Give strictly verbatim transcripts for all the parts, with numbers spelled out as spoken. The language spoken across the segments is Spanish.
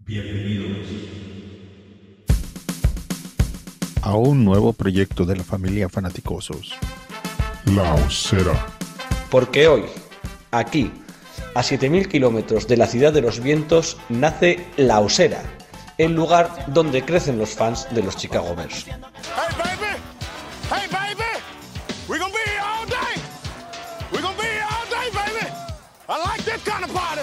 Bienvenidos a un nuevo proyecto de la familia Fanaticosos, La Osera. Porque hoy, aquí, a siete mil kilómetros de la ciudad de los vientos, nace La Osera, el lugar donde crecen los fans de los Chicago Bears. Hey baby, hey baby, we're gonna be here all day. We're gonna be here all day, baby. I like this kind of party.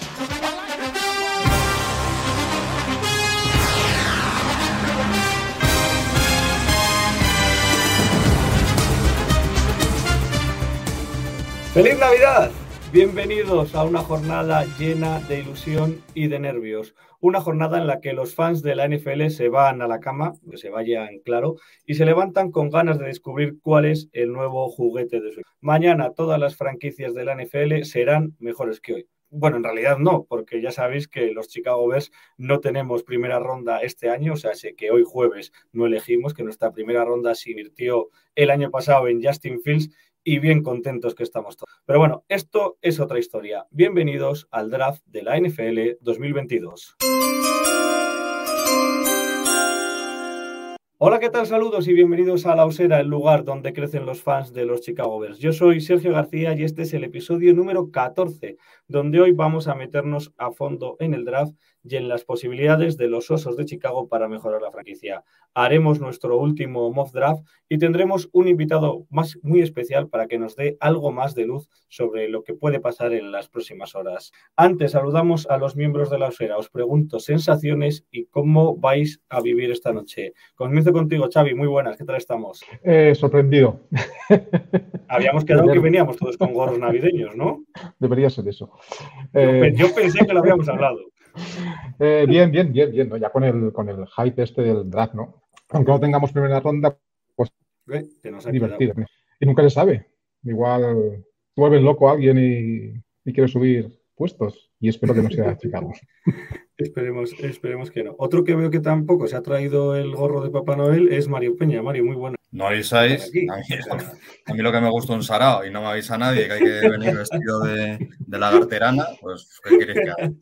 ¡Feliz Navidad! Bienvenidos a una jornada llena de ilusión y de nervios. Una jornada en la que los fans de la N F L se van a la cama, que se vaya en claro, y se levantan con ganas de descubrir cuál es el nuevo juguete de su equipo. Mañana todas las franquicias de la N F L serán mejores que hoy. Bueno, en realidad no, porque ya sabéis que los Chicago Bears no tenemos primera ronda este año, o sea, sé que hoy jueves no elegimos, que nuestra primera ronda se invirtió el año pasado en Justin Fields, y bien contentos que estamos todos. Pero bueno, esto es otra historia. Bienvenidos al draft de la N F L dos mil veintidós. Hola, ¿qué tal? Saludos y bienvenidos a La Osera, el lugar donde crecen los fans de los Chicago Bears. Yo soy Sergio García y este es el episodio número catorce, donde hoy vamos a meternos a fondo en el draft y en las posibilidades de los Osos de Chicago para mejorar la franquicia. Haremos nuestro último mock draft y tendremos un invitado más muy especial para que nos dé algo más de luz sobre lo que puede pasar en las próximas horas. Antes, saludamos a los miembros de La Osera. Os pregunto sensaciones y cómo vais a vivir esta noche. Comienzo contigo, Xavi. Muy buenas. ¿Qué tal estamos? Eh, sorprendido. Habíamos quedado que veníamos todos con gorros navideños, ¿no? Debería ser eso. Yo, Eh, yo pensé que lo habíamos hablado. eh, bien, bien, bien, bien, ¿no? Ya con el, con el hype este del draft, ¿no? Aunque no tengamos primera ronda, pues ¿Eh? Que nos ha divertido. quedado. Y nunca se sabe. Igual vuelve loco a alguien y, y quiere subir puestos. Y espero que no sea Chicago. Esperemos, esperemos que no. Otro que veo que tampoco se ha traído el gorro de Papá Noel es Mario Peña. Mario, muy bueno. No avisáis, Aquí. a mí, a mí lo que me gusta un sarao y no me avisa nadie que hay que venir vestido de, de lagarterana, pues ¿qué queréis que haga?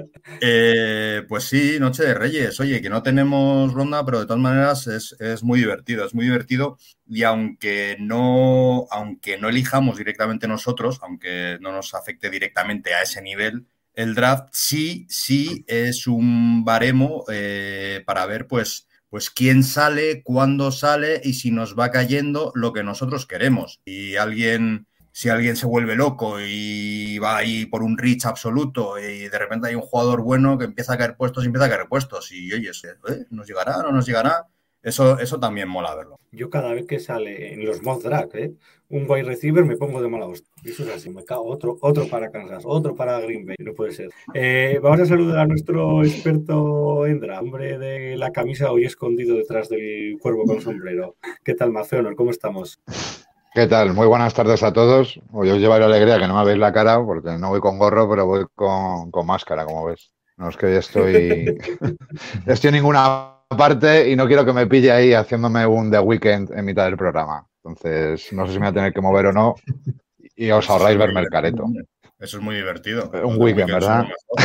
Eh, pues sí, Noche de Reyes, oye, que no tenemos ronda, pero de todas maneras es, es muy divertido, es muy divertido y aunque no, aunque no elijamos directamente nosotros, aunque no nos afecte directamente a ese nivel, el draft sí, sí es un baremo eh, para ver pues Pues quién sale, cuándo sale y si nos va cayendo lo que nosotros queremos. Y alguien, si alguien se vuelve loco y va ahí por un reach absoluto y de repente hay un jugador bueno que empieza a caer puestos y empieza a caer puestos y oye, ¿eh? ¿nos llegará? ¿No nos llegará? Eso, eso también mola verlo. Yo cada vez que sale en los mock draft, ¿eh? un wide receiver me pongo de mala hostia. Eso es así, me cago. Otro, otro para Kansas, otro para Green Bay. No puede ser. Eh, vamos a saludar a nuestro experto en draft, hombre de la camisa hoy escondido detrás del cuervo con sombrero. ¿Qué tal, Maceonor? ¿Cómo estamos? ¿Qué tal? Muy buenas tardes a todos. Hoy os llevaré alegría que no me veis la cara porque no voy con gorro, pero voy con, con máscara, como ves. No es que estoy, estoy en ninguna parte y no quiero que me pille ahí haciéndome un The Weeknd en mitad del programa. Entonces, no sé si me voy a tener que mover o no y os ahorráis verme el careto. Eso es muy divertido. Un weekend, ¿verdad?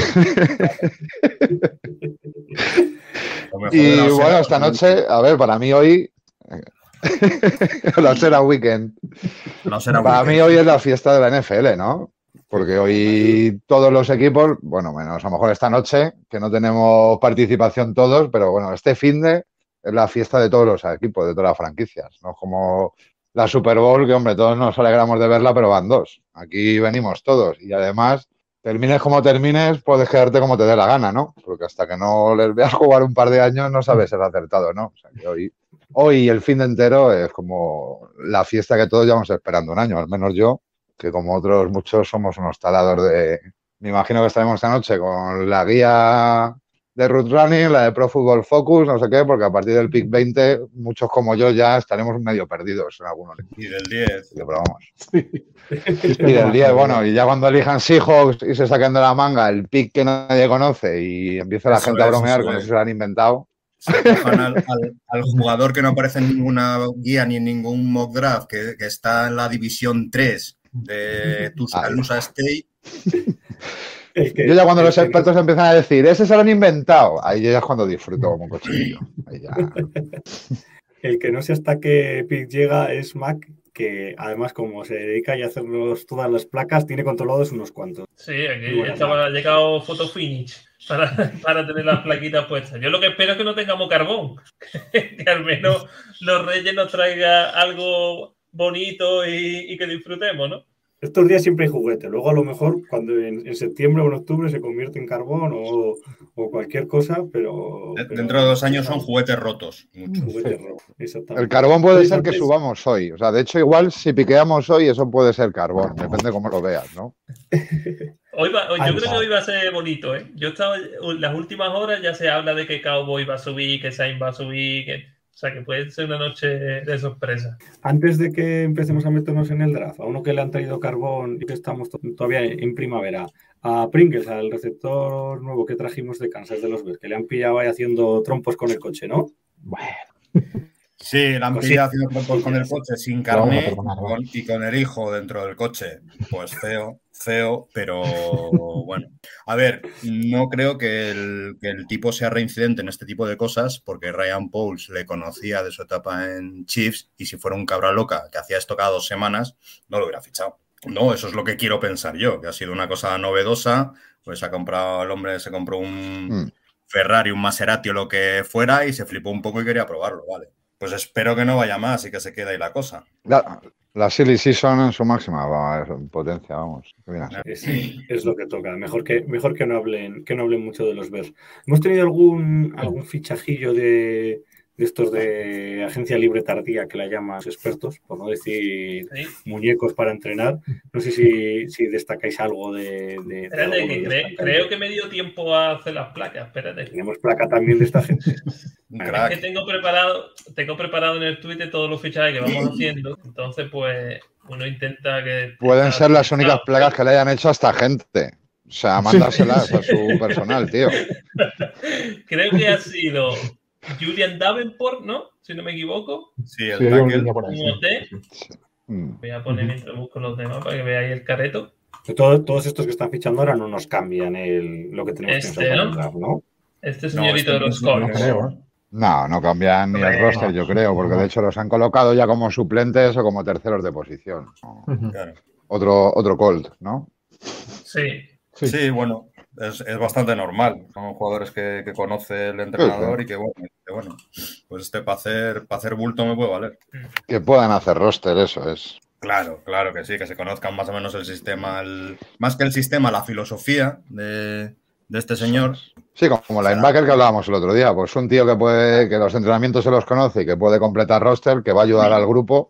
Y bueno, esta noche, a ver, para mí hoy... La Osera Weekend. La Osera Para Weekend. mí hoy es la fiesta de la N F L, ¿no? Porque hoy todos los equipos, bueno, menos a lo mejor esta noche, que no tenemos participación todos, pero bueno, este finde es la fiesta de todos los equipos, de todas las franquicias. No es como la Super Bowl, que hombre, todos nos alegramos de verla, pero van dos. Aquí venimos todos y además, termines como termines, puedes quedarte como te dé la gana, ¿no? Porque hasta que no les veas jugar un par de años no sabes ser acertado, ¿no? O sea, que hoy, hoy el fin de entero es como la fiesta que todos llevamos esperando un año, al menos yo, que como otros muchos somos unos talados de... Me imagino que estaremos esta noche con la guía de Route Running, la de Pro Football Focus, no sé qué, porque a partir del pick veinte, muchos como yo ya estaremos medio perdidos en algunos equipos. Y del diez. Pero vamos. Sí. Y del diez, bueno, y ya cuando elijan Seahawks y se saquen de la manga el pick que nadie conoce y empieza la Eso gente a es, bromear eso con es. eso que se lo han inventado. Se cojan al, al, al jugador que no aparece en ninguna guía ni en ningún mock draft, que, que está en la división tres de Tuscaloosa State que, Yo ya cuando los que expertos no... empiezan a decir, ese se lo han inventado, ahí ya es cuando disfruto como un cochinillo. Ahí ya... El que no sé hasta qué pick llega es Mac, que además como se dedica ya a hacernos todas las placas, tiene controlados unos cuantos. Sí, aquí Bueno, estaba, ha llegado Photo Finish para, para tener las plaquitas puestas. Yo lo que espero es que no tengamos carbón, que al menos los Reyes nos traiga algo bonito y, y que disfrutemos, ¿no? Estos días siempre hay juguete, luego a lo mejor cuando en, en septiembre o en octubre se convierte en carbón o, o cualquier cosa, pero, pero... Dentro de dos años son juguetes rotos. Muchos. Juguete rojo, exactamente. El carbón puede Entonces, ser que antes- subamos hoy. O sea, de hecho, igual si piqueamos hoy, eso puede ser carbón. Depende cómo lo veas, ¿no? Hoy va, hoy- yo Ay, creo no. que hoy va a ser bonito, ¿eh? Yo estaba, las últimas horas ya se habla de que Cowboy va a subir, que Sainz va a subir, que, o sea, que puede ser una noche de sorpresa. Antes de que empecemos a meternos en el draft, a uno que le han traído carbón y que estamos to- todavía en primavera, a Pringles, al receptor nuevo que trajimos de Kansas de los Bears, que le han pillado ahí haciendo trompos con el coche, ¿no? Bueno, Sí, la han Pues pillado sí. haciendo trompos con el coche sin Lo vamos a carnet perdonar, ¿no? con- y con el hijo dentro del coche. Pues feo, feo, pero bueno. A ver, no creo que el, que el tipo sea reincidente en este tipo de cosas, porque Ryan Pauls le conocía de su etapa en Chiefs y si fuera un cabra loca que hacía esto cada dos semanas, no lo hubiera fichado. No, eso es lo que quiero pensar yo, que ha sido una cosa novedosa, pues ha comprado, el hombre se compró un Mm. Ferrari, un Maserati o lo que fuera y se flipó un poco y quería probarlo, vale. Pues espero que no vaya más y que se quede ahí la cosa. La, la silly season en su máxima va, potencia, vamos. Qué bien así. Es, es lo que toca. Mejor que, mejor que no hablen, que no hablen mucho de los Bears. ¿Hemos tenido algún, algún fichajillo de, de estos de agencia libre tardía que la llaman los expertos, por no decir ¿Sí? muñecos para entrenar? No sé si, si destacáis algo de, de, de Espérate, alguno que de cre- los creo que me dio tiempo a hacer las placas, espérate. Tenemos placa también de esta gente. Un Es que crack. tengo preparado, tengo preparado en el Twitter todos los fichajes que vamos haciendo, entonces pues uno intenta que... Pueden ser las actualizado. únicas plagas que le hayan hecho a esta gente. O sea, mándaselas a su personal, tío. Creo que ha sido Julian Davenport, ¿no? Si no me equivoco. Sí, el sí, había un tackle. línea por ahí. Un sí. O T. Mm. Voy a poner mientras busco los demás para que veáis el careto. Todo- todos estos que están fichando ahora no nos cambian el, lo que tenemos Este, pensado para ¿no? el draft, ¿no? Este No, señorito este de los no, no No Colts. creo, ¿eh? No, no cambian ni el Hombre, roster, no. yo creo, porque de hecho los han colocado ya como suplentes o como terceros de posición. No. Ujú. Claro. Otro, otro Colt, ¿no? Sí. Sí. Sí, bueno, es, es bastante normal. Son jugadores que, que conoce el entrenador y que bueno, que bueno, pues este para hacer, para hacer bulto me puede valer. Que puedan hacer roster, eso es. Claro, claro que sí, que se conozcan más o menos el sistema, el- más que el sistema, la filosofía de, de este señor. Sí, como el linebacker que hablábamos el otro día, pues un tío que puede, que los entrenamientos se los conoce y que puede completar roster, que va a ayudar al grupo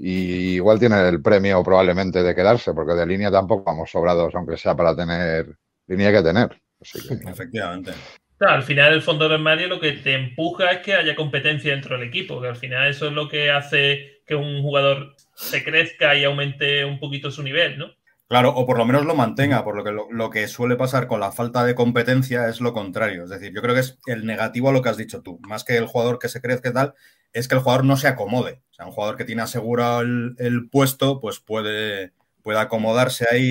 y igual tiene el premio probablemente de quedarse, porque de línea tampoco vamos sobrados, aunque sea para tener línea hay que tener. Así que, Efectivamente. Claro, al final el fondo del armario lo que te empuja es que haya competencia dentro del equipo, que al final eso es lo que hace que un jugador se crezca y aumente un poquito su nivel, ¿no? Claro, o por lo menos lo mantenga, por lo que lo, lo que suele pasar con la falta de competencia es lo contrario. Es decir, yo creo que es el negativo a lo que has dicho tú, más que el jugador que se crezca y tal, es que el jugador no se acomode. O sea, un jugador que tiene asegurado el, el puesto, pues puede, puede acomodarse ahí,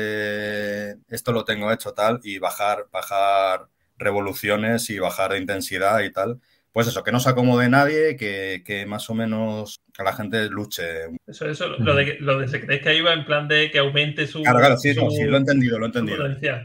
puede, esto lo tengo hecho tal, y bajar, bajar revoluciones y bajar de intensidad y tal. Pues eso, que no se acomode nadie, que, que más o menos a la gente luche. Eso, eso, lo de, lo de se crezca iba en plan de que aumente su, Claro, claro, sí, su, no, sí, lo he entendido, lo he su entendido. potencial.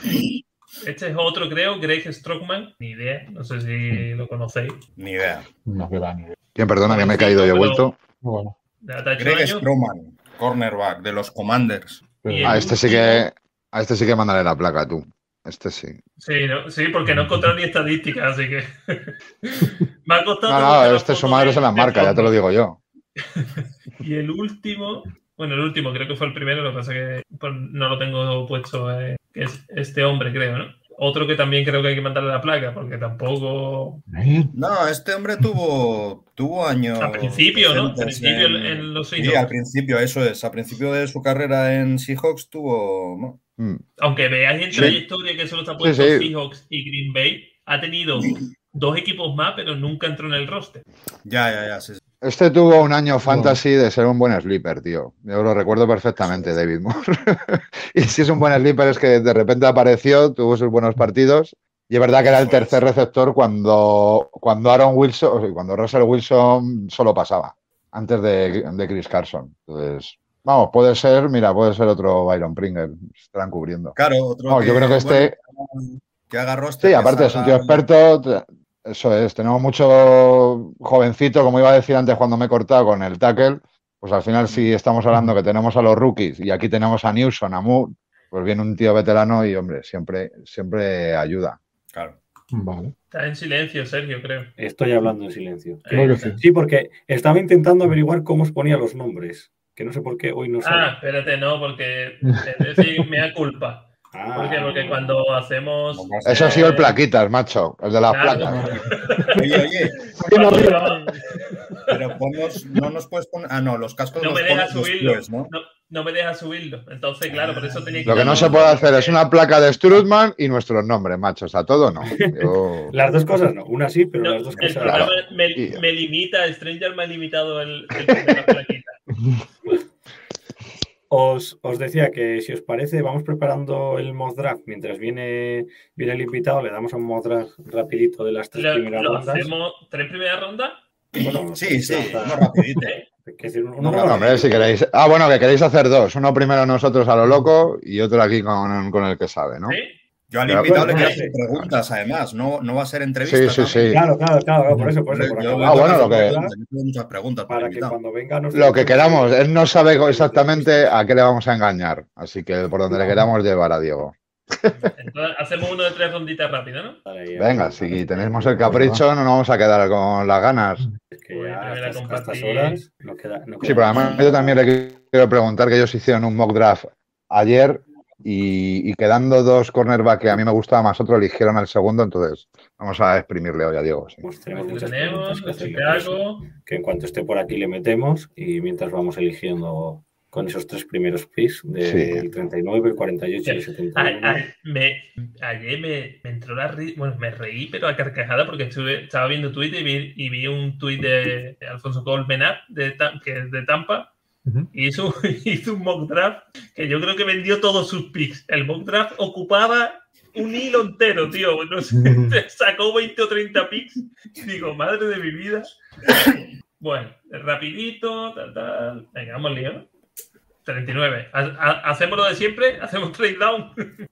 Este es otro, creo, Greg Strockman, ni idea, no sé si lo conocéis. Ni idea. No me va ni idea. ¿quién perdona que me he caído y he Pero- vuelto? Bueno, De hasta ocho Greg años. Stroman, cornerback de los Commanders. pero- Y A el este sí que, a este sí que mandaré la placa, tú. Este sí. Sí, ¿no? Sí, porque no he encontrado ni estadísticas, así que me ha costado. No, buscar no, la este foto su madre de- se las de marca, ya te lo Strockman. digo yo. Y el último, bueno, el último creo que fue el primero, lo que pasa es que pues, no lo tengo puesto, eh, que es este hombre, creo, ¿no? Otro que también creo que hay que mandarle la placa, porque tampoco... ¿Eh? No, este hombre tuvo, tuvo años. Al principio, ¿no? Al decentes principio en- en los Sí, Seahawks. al principio, eso es. Al principio de su carrera en Seahawks tuvo. ¿no? Mm. Aunque veáis en Sí. trayectoria que solo está puesto Sí, sí. Seahawks y Green Bay, ha tenido dos equipos más, pero nunca entró en el roster. Ya, ya, ya. Sí, sí. Este tuvo un año fantasy de ser un buen sleeper, tío. Yo lo recuerdo perfectamente, David Moore. Y si es un buen sleeper es que de repente apareció, tuvo sus buenos partidos. Y es verdad que era el tercer receptor cuando, cuando Aaron Wilson, o sea, cuando Russell Wilson solo pasaba, antes de, de Chris Carson. Entonces, vamos, puede ser, mira, puede ser otro Byron Pringle. Estarán cubriendo. Claro, otro No, que, yo creo que este... bueno, que haga roster. Sí, aparte es un tío experto. Eso es, tenemos mucho jovencito, como iba a decir antes cuando me he cortado con el tackle, pues al final sí estamos hablando que tenemos a los rookies y aquí tenemos a Newsom, a Moore, pues viene un tío veterano y, hombre, siempre, siempre ayuda. Claro. Vale. Está en silencio, Sergio, creo. Estoy hablando en silencio. Creo que sí. Sí, porque estaba intentando averiguar cómo os ponía los nombres, que no sé por qué hoy no sé. Ah, espérate, no, porque es decir, me da culpa. Ah. ¿Por qué? Porque cuando hacemos... Eso ha sido el plaquitas, macho, el de las Claro. placas. Oye, oye, Cuando grabamos- pero ponnos, no nos puedes poner. Ah, no, los cascos no los me deja pones subirlo. después, ¿no? No, no me deja subirlo. Entonces, claro, por eso tenía que... Lo que no se puede hacer es una placa de Strutman y nuestros nombres, macho, o sea, todo no. Yo... Las dos cosas no, una sí, pero No, las dos el cosas programa Claro. me, Y- me limita, Stranger me ha limitado el, el primera plaquita. Os, os decía que si os parece, vamos preparando el mock draft. Mientras viene, viene el invitado, le damos un mock draft rapidito de las tres Lo, primeras lo rondas. hacemos tres primeras rondas. Bueno, Sí, sí, rondas- uno rapidito. ¿eh? hay que decir, uno No, rápido. Hombre, si queréis. Ah, bueno, que queréis hacer dos. Uno primero nosotros a lo loco y otro aquí con, con el que sabe, ¿no? ¿Sí? Yo al Pero, invitado bueno, le quiero sí. hacer preguntas, además. No, no va a ser entrevista. Sí, sí, también. sí. Claro, claro, claro, claro, por eso, por eso. por Yo- acabar Ah, bueno, la lo que- ronda, Yo tengo muchas preguntas para, para el que invitado. cuando venga nos Lo que queramos. Él no sabe exactamente a qué le vamos a engañar. Así que por donde le queramos llevar a Diego. Entonces, hacemos uno de tres ronditas rápidas, ¿no? Venga, si tenemos el capricho, no nos vamos a quedar con las ganas. Es que Voy a ya primera a estas, a estas compartir. horas no queda, no Sí, queda pero además yo también le quiero preguntar que ellos hicieron un mock draft ayer y, y quedando dos cornerbacks que a mí me gustaba más, otro eligieron al segundo, entonces vamos a exprimirle hoy a Diego. Sí. Pues tenemos Aquí muchas tenemos, preguntas que hacerle, Chicago. que en cuanto esté por aquí le metemos y mientras vamos eligiendo con esos tres primeros picks del Sí. treinta y nueve, el cuarenta y ocho y el setenta y Ay, uno. ay, me, ayer me, me entró la ri- bueno, me reí, pero a carcajada porque estuve, estaba viendo Twitter y vi, y vi un tuit de Alfonso Colmenar, de, Tam- que es de Tampa, Ujú. y hizo, hizo un mock draft que yo creo que vendió todos sus picks. El mock draft ocupaba un hilo entero, tío. No sé, sacó veinte o treinta picks. Digo, madre de mi vida. Bueno, rapidito, tal, tal. Venga, vamos lío, ¿no? treinta y nueve. Ha- ha- ¿Hacemos lo de siempre? ¿Hacemos trade down?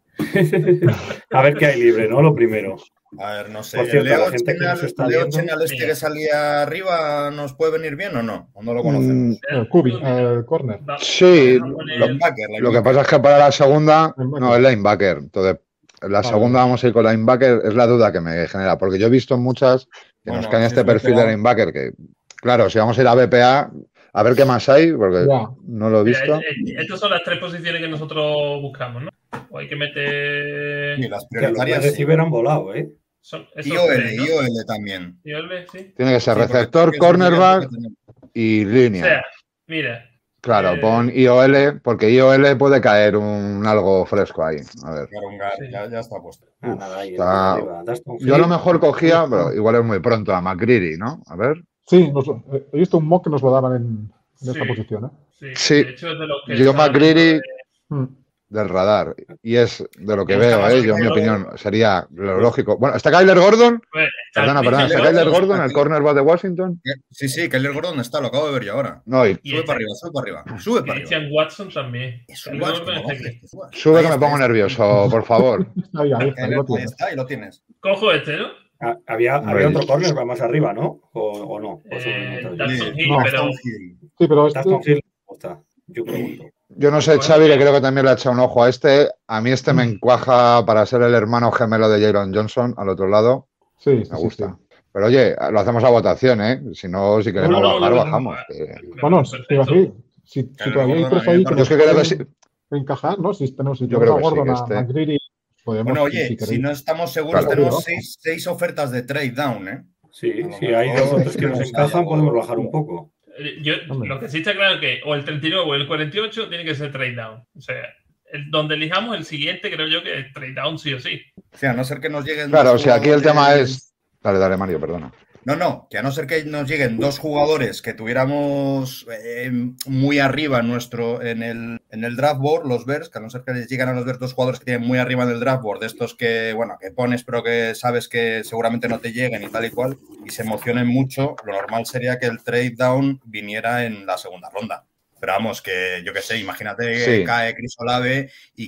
A ver qué hay libre, ¿no? Lo primero. A ver, no sé. Por cierto, ¿El Leo la gente que Chenal- nos está el Leo viendo- Chenal este Mira. que salía arriba nos puede venir bien o no? ¿O no lo Mm, conocemos? El Cubi, el corner. Va- Sí, vamos a poner- lo- Linebacker, Lo que pasa es que para la segunda Linebacker. no es linebacker. Entonces, en la Vale. segunda vamos a ir con linebacker, es la duda que me genera, porque yo he visto muchas que nos Bueno, caen si este es perfil B P A. de linebacker, que claro, si vamos a ir a B P A, a ver qué más hay, porque Ya. no lo he Mira, visto. eh, eh, estas son las tres posiciones que nosotros buscamos, ¿no? O hay que meter. Sí, las Que los prioritarias de sí. receiver han volado, ¿eh? Son esos I O L, tres, ¿no? I O L también. I O L, sí. Tiene que ser Sí, porque receptor, es lo que cornerback tenemos. y O línea. sea, mira. Claro, eh, pon I O L, porque I O L puede caer un algo fresco ahí. A ver. Claro, un gar- Sí. ya, ya está puesto. Ah, nada, ahí, está- arriba. Daston Yo a lo Hill. mejor cogía, pero igual es muy pronto, a McCreary, ¿no? A ver. Sí, nos- eh, he visto un mock que nos lo daban en, en Sí. esta posición. ¿eh? Sí, Sí. de hecho es de los que Yo estaba McCreary- viendo de- Mm. Del radar. Y es de lo que Está veo, más ¿eh? Yo, en mi claro. opinión, sería lo lógico. Bueno, ¿está Kyler Gordon? Pues, está Perdona, el perdona, Mitchell ¿está Kyler Gordon, Gordon, el aquí. cornerback de Washington? Sí, sí, Kyler Gordon está, lo acabo de ver yo ahora. No, y y Sube este- para arriba, sube para arriba. Sube para arriba. Christian Watson también. Que Kyler subas, Gordon que está bajes, aquí. que subas. sube Ahí que me está, pongo ahí está. nervioso, por favor. Ahí, ahí, Ahí ahí lo ahí tienes. está, ahí lo tienes. Cojo este, ¿no? Ah, había, Hombre, había otro corner más arriba, ¿no? ¿O, o no? O Eh, solo me meto yo. Dalton Sí, Hill, no, pero Dalton Hill. Sí, pero este, Daston Hill, ¿cómo está? Yo pregunto. Yo no sé, Xavi, que creo que también le ha echado un ojo a este. A mí este me encuaja para ser el hermano gemelo de Jaron Johnson al otro lado. sí, sí, Me sí, gusta. sí. Pero oye, lo hacemos a votación, ¿eh? Si no, si queremos No, no, bajar, no, no, bajamos. no. que- me Bueno, parece te iba a perfecto. decir, si, si Kyler todavía hay Gordon, tres a mí me ahí que parece- Yo nos es que creo que pueden sí. encajar, ¿no? Si tenemos, si Yo tenemos creo a que sí, Gordon, que a este- McCreary, podemos, Bueno, oye, si si queréis. no estamos seguros, Claro. tenemos seis, seis ofertas de trade down, ¿eh? Sí, A lo si hay mejor dos o tres que nos tenemos encajan, algo. podemos bajar un poco. Eh, Yo, Hombre. lo que sí está claro es que o el treinta y nueve o el cuarenta y ocho tiene que ser trade down. O sea, el- donde elijamos el siguiente, creo yo que es trade down sí o sí. O sea, a no ser que nos lleguen. Claro, dos si aquí el tema jugadores- es. Dale, dale, Mario, perdona. No, no, que a no ser que nos lleguen dos jugadores que tuviéramos eh, muy arriba en nuestro en el, en el draft board, los Bears, que a no ser que les lleguen a los Bears dos jugadores que tienen muy arriba en el draft board, de estos que, bueno, que pones pero que sabes que seguramente no te lleguen y tal y cual, y se emocionen mucho, lo normal sería que el trade down viniera en la segunda ronda. Pero vamos, que yo qué sé, imagínate que Sí. cae Chris Olave y